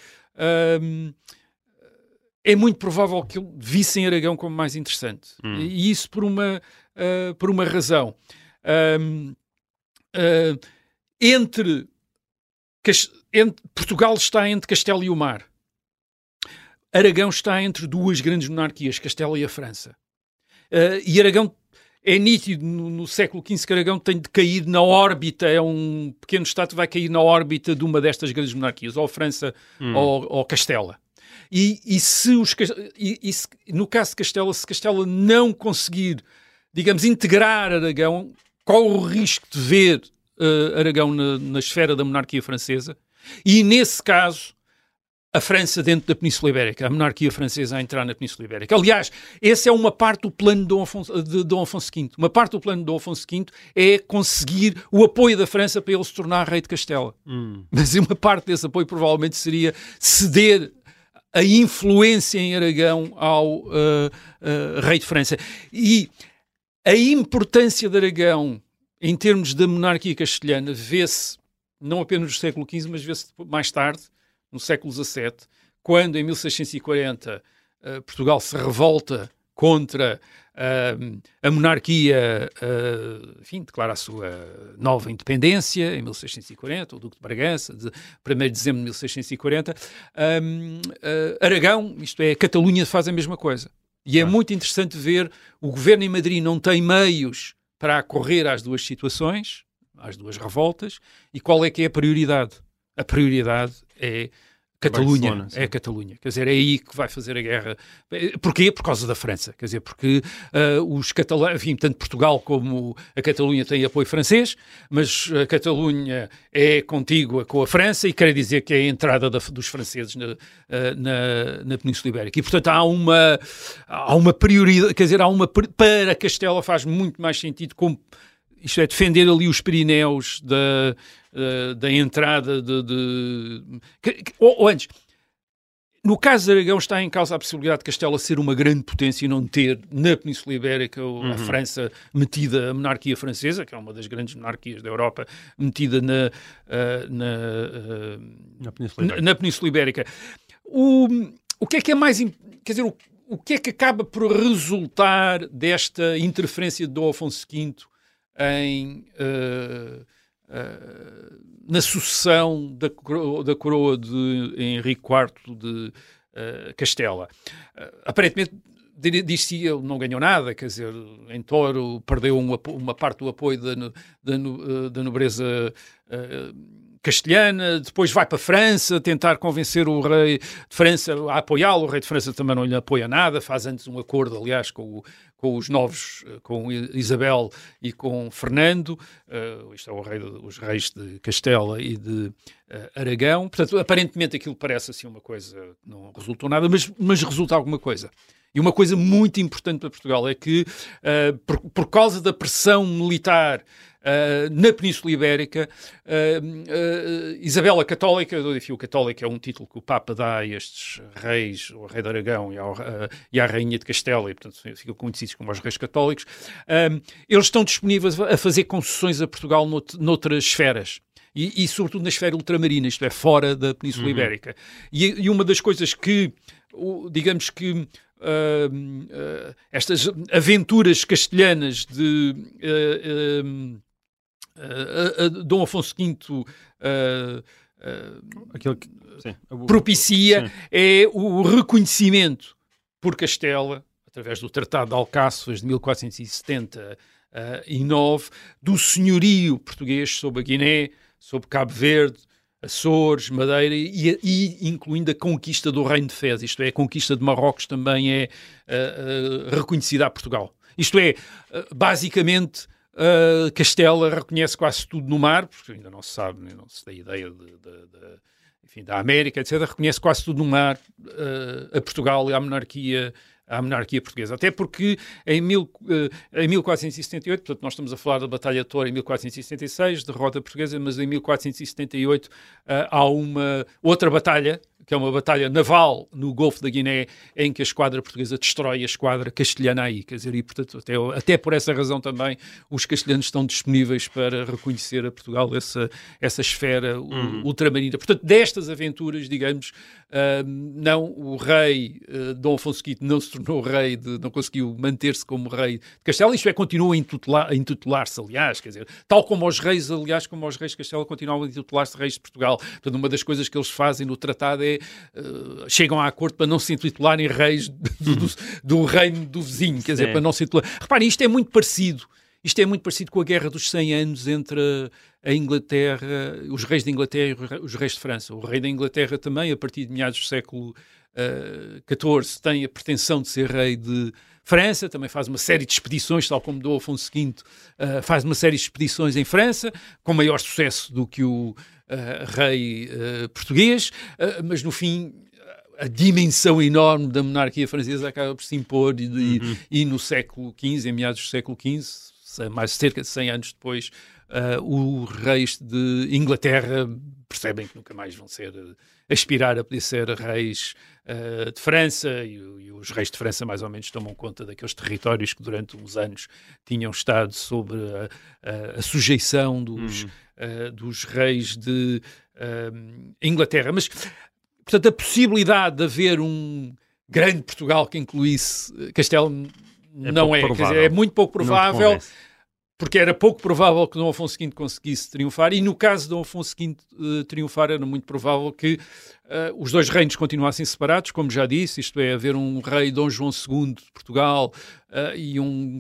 é muito provável que vissem Aragão como mais interessante. E isso por uma razão. Portugal está entre Castela e o mar. Aragão está entre duas grandes monarquias, Castela e a França. E Aragão é nítido no século XV que Aragão tem de cair na órbita, é um pequeno Estado que vai cair na órbita de uma destas grandes monarquias, ou França ou Castela. E no caso de Castela, se Castela não conseguir, digamos, integrar Aragão, corre o risco de ver Aragão na esfera da monarquia francesa, e nesse caso a França dentro da Península Ibérica, a monarquia francesa a entrar na Península Ibérica. Aliás, essa é uma parte do plano de Dom Afonso V. Uma parte do plano de Dom Afonso V é conseguir o apoio da França para ele se tornar rei de Castela. Mas uma parte desse apoio provavelmente seria ceder a influência em Aragão ao rei de França. E a importância de Aragão em termos da monarquia castelhana vê-se não apenas no século XV, mas vê-se mais tarde, no século XVII, quando em 1640 Portugal se revolta contra a monarquia, enfim, declara a sua nova independência em 1640, o Duque de Bragança, de 1º de dezembro de 1640. Aragão, isto é, Catalunha, faz a mesma coisa. E é muito interessante ver o governo em Madrid não tem meios para acorrer às duas situações, às duas revoltas, e qual é que é a prioridade? A prioridade é Catalunha, Barcelona, é Catalunha. Quer dizer, é aí que vai fazer a guerra. Porquê? Por causa da França. Quer dizer, porque os catalães, enfim, tanto Portugal como a Catalunha têm apoio francês, mas a Catalunha é contígua com a França e quer dizer que é a entrada dos franceses na Península Ibérica. E, portanto, há uma prioridade, quer dizer, para Castela faz muito mais sentido isto é, defender ali os Pirineus da entrada ou antes, no caso de Aragão está em causa a possibilidade de Castela ser uma grande potência e não ter na Península Ibérica a França metida, a monarquia francesa, que é uma das grandes monarquias da Europa, metida na Península Ibérica. O que é que é mais... Quer dizer, o que é que acaba por resultar desta interferência de Dom Afonso V na sucessão da coroa de Henrique IV de Castela? Aparentemente, Diz-se ele não ganhou nada, quer dizer, em Toro perdeu uma parte do apoio da nobreza castelhana, depois vai para a França tentar convencer o rei de França a apoiá-lo. O rei de França também não lhe apoia nada, faz antes um acordo, aliás, com os novos, com Isabel e com Fernando, isto é os reis de Castela e de Aragão. Portanto, aparentemente aquilo parece assim uma coisa, não resultou nada, mas resulta alguma coisa. E uma coisa muito importante para Portugal é que, por causa da pressão militar na Península Ibérica, Isabel a Católica, enfim, o Católico é um título que o Papa dá a estes reis, ao rei de Aragão e à rainha de Castela, e portanto ficam conhecidos como os reis católicos, eles estão disponíveis a fazer concessões a Portugal noutras esferas. E sobretudo na esfera ultramarina, isto é, fora da Península Ibérica. E uma das coisas que, digamos que, estas aventuras castelhanas de Dom Afonso V propicia, sim, é o reconhecimento por Castela, através do Tratado de Alcáçovas de 1479, do senhorio português sobre a Guiné, sobre Cabo Verde, Açores, Madeira e incluindo a conquista do Reino de Fez, isto é, a conquista de Marrocos também é reconhecida a Portugal. Isto é, basicamente, Castela reconhece quase tudo no mar, porque ainda não se sabe, não se tem ideia enfim, da América, etc. Reconhece quase tudo no mar a Portugal e à monarquia portuguesa. Até porque em 1478, portanto nós estamos a falar da Batalha de Toro em 1476, derrota portuguesa, mas em 1478 há uma outra batalha, que é uma batalha naval no Golfo da Guiné, em que a esquadra portuguesa destrói a esquadra castelhana aí. Quer dizer, e portanto, até por essa razão também, os castelhanos estão disponíveis para reconhecer a Portugal essa esfera ultramarina. Portanto, destas aventuras, digamos, não o rei Dom Afonso V não se tornou rei, não conseguiu manter-se como rei de Castela, isto é, continua a intitular-se, aliás, quer dizer, tal como os reis, aliás, como os reis de Castela continuam a intitular-se reis de Portugal. Portanto, uma das coisas que eles fazem no tratado é chegam a acordo para não se intitularem reis do reino do vizinho, quer dizer, para não se intitular. Reparem, isto é muito parecido com a Guerra dos 100 Anos entre a Inglaterra, os reis de Inglaterra e os reis de França. O rei da Inglaterra também, a partir de meados do século XIV, tem a pretensão de ser rei de França, também faz uma série de expedições, tal como Dom Afonso V faz uma série de expedições em França, com maior sucesso do que o rei português, mas no fim a dimensão enorme da monarquia francesa acaba por se impor e no século XV, em meados do século XV, mais cerca de 100 anos depois, os reis de Inglaterra percebem que nunca mais vão aspirar a poder ser reis de França e os reis de França mais ou menos tomam conta daqueles territórios que durante uns anos tinham estado sob a sujeição dos reis de Inglaterra. Mas, portanto, a possibilidade de haver um grande Portugal que incluísse Castela não é. Quer dizer, é muito pouco provável, porque era pouco provável que Dom Afonso V conseguisse triunfar, e no caso de Dom Afonso V triunfar era muito provável que os dois reinos continuassem separados, como já disse, isto é, haver um rei Dom João II de Portugal e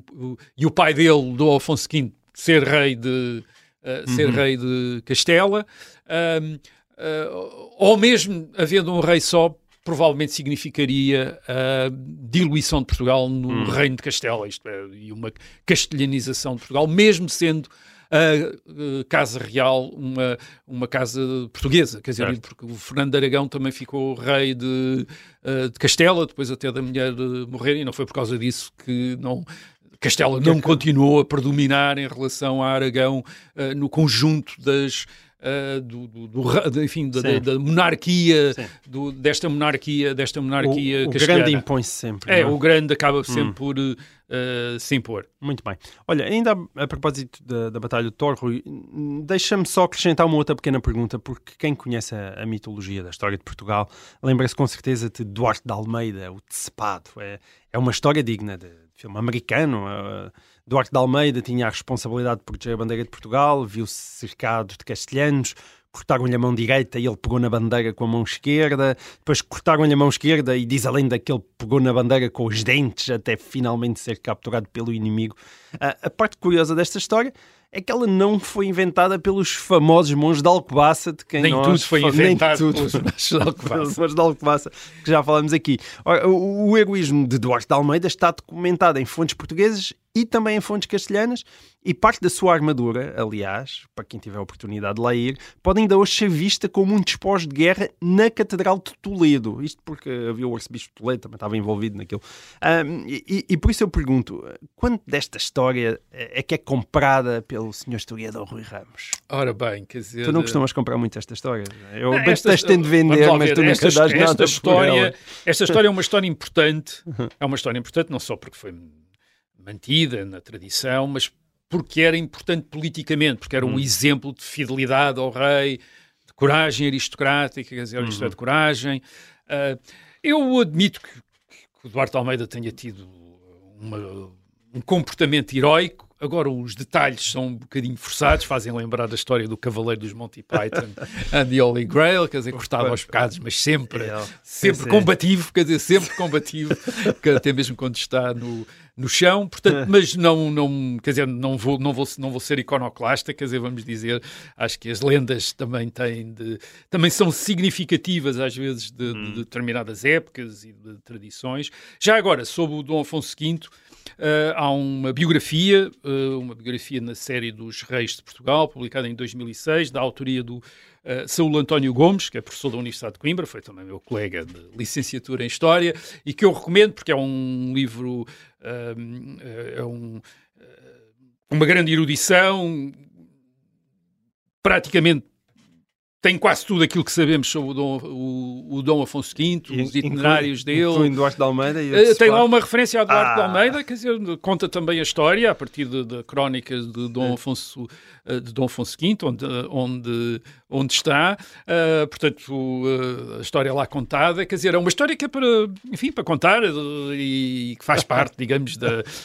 o pai dele, Dom Afonso V, ser rei de Castela, ou mesmo havendo um rei só, provavelmente significaria a diluição de Portugal no Reino de Castela, isto é, e uma castelhanização de Portugal, mesmo sendo a Casa Real uma casa portuguesa, quer dizer, porque o Fernando de Aragão também ficou rei de Castela, depois até da mulher morrer, e não foi por causa disso que Castela não continuou a predominar em relação a Aragão no conjunto da monarquia, desta monarquia o castelhana. Grande impõe-se sempre. O grande acaba sempre por se impor. Muito bem. Olha, ainda a propósito da Batalha de Toro, Rui, deixa-me só acrescentar uma outra pequena pergunta, porque quem conhece a mitologia da história de Portugal lembra-se com certeza de Duarte de Almeida, o Decepado. É uma história digna de filme americano. Duarte de Almeida tinha a responsabilidade de proteger a bandeira de Portugal, viu-se cercado de castelhanos, cortaram-lhe a mão direita e ele pegou na bandeira com a mão esquerda, depois cortaram-lhe a mão esquerda e diz a lenda que ele pegou na bandeira com os dentes até finalmente ser capturado pelo inimigo. A parte curiosa desta história é que ela não foi inventada pelos famosos monges de Alcobaça, de quem nem nós... tudo foi inventado pelos monges de Alcobaça. Pelos monges de Alcobaça, que já falamos aqui. Ora, o heroísmo de Duarte de Almeida está documentado em fontes portuguesas e também em fontes castelhanas, e parte da sua armadura, aliás, para quem tiver a oportunidade de lá ir, pode ainda hoje ser vista como um despojo de guerra na Catedral de Toledo. Isto porque havia o arcebispo de Toledo, também estava envolvido naquilo. E por isso eu pergunto, quanto desta história é que é comprada pelo senhor historiador Rui Ramos? Ora bem, quer dizer... Tu não costumas comprar muito esta história. Eu bastante de vender, mas tu não estás nada por ela. Esta história é uma história importante. É uma história importante não só porque foi mantida na tradição, mas porque era importante politicamente, porque era um exemplo de fidelidade ao rei, de coragem aristocrática, quer dizer, isto é, de coragem. Eu admito que o Duarte de Almeida tenha tido um comportamento heroico. Agora, os detalhes são um bocadinho forçados, fazem lembrar da história do Cavaleiro dos Monty Python and the Holy Grail, quer dizer, cortado aos bocados, mas sempre combativo, quer dizer, sempre combativo, até mesmo quando está no chão, portanto, mas não, quer dizer, não vou ser iconoclasta, quer dizer, vamos dizer, acho que as lendas também também são significativas, às vezes, de determinadas épocas e de tradições. Já agora, sobre o Dom Afonso V, há uma biografia na série dos Reis de Portugal, publicada em 2006, da autoria do Saúl António Gomes, que é professor da Universidade de Coimbra, foi também meu colega de licenciatura em História, e que eu recomendo porque é um livro, uma grande erudição, praticamente tem quase tudo aquilo que sabemos sobre o Dom Afonso V, os itinerários dele. Incluindo Duarte de Almeida. Tem lá uma referência a Duarte de Almeida, quer dizer, conta também a história a partir da crónica de Dom Afonso V, onde está. Portanto, a história lá contada, quer dizer, é uma história que é para contar e que faz parte, digamos,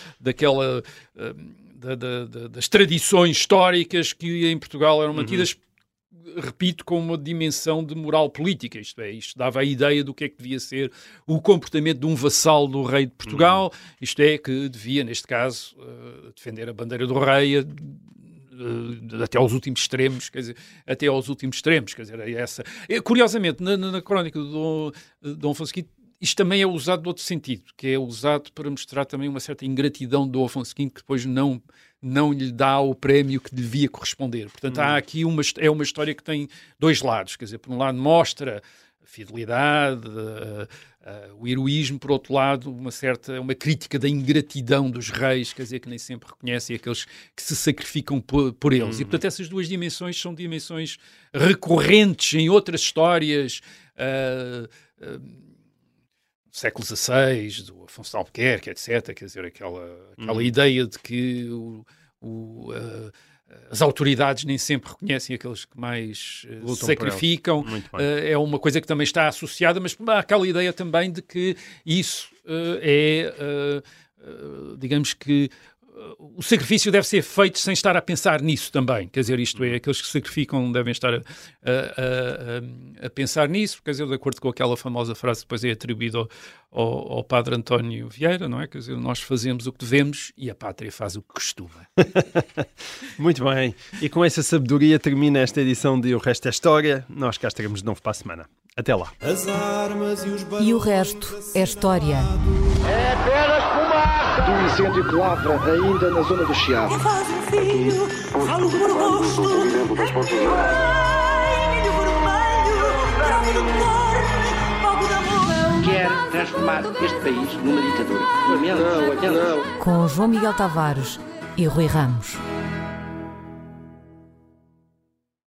das tradições históricas que em Portugal eram mantidas, repito, com uma dimensão de moral política, isto dava a ideia do que é que devia ser o comportamento de um vassalo do rei de Portugal, isto é, que devia, neste caso, defender a bandeira do rei até aos últimos extremos, quer dizer, é essa. Curiosamente, na crónica do Dom Afonso V, isto também é usado de outro sentido, que é usado para mostrar também uma certa ingratidão do Dom Afonso V, que depois não lhe dá o prémio que devia corresponder. Portanto, há aqui uma história que tem dois lados. Quer dizer, por um lado mostra a fidelidade, o heroísmo, por outro lado uma crítica da ingratidão dos reis, quer dizer, que nem sempre reconhecem aqueles que se sacrificam por eles. E, portanto, essas duas dimensões são dimensões recorrentes em outras histórias, século XVI, do Afonso de Albuquerque, etc. Quer dizer, aquela ideia de que as autoridades nem sempre reconhecem aqueles que mais se sacrificam. É uma coisa que também está associada, mas há aquela ideia também de que isso digamos que o sacrifício deve ser feito sem estar a pensar nisso também. Quer dizer, isto é, aqueles que se sacrificam devem estar a pensar nisso, quer dizer, de acordo com aquela famosa frase que depois é atribuída ao padre António Vieira, não é? Quer dizer, nós fazemos o que devemos e a pátria faz o que costuma. Muito bem. E com essa sabedoria termina esta edição de O Resto é História. Nós cá estaremos de novo para a semana. Até lá. E o resto é história. É apenas fumaça! Do incêndio que lavra ainda na zona do Chiado. Quem faz um filho, falo por gosto. Ai, milho vermelho, bravo do cor, fogo de amor. Quer transformar este país numa ditadura. Não. Com João Miguel Tavares e Rui Ramos.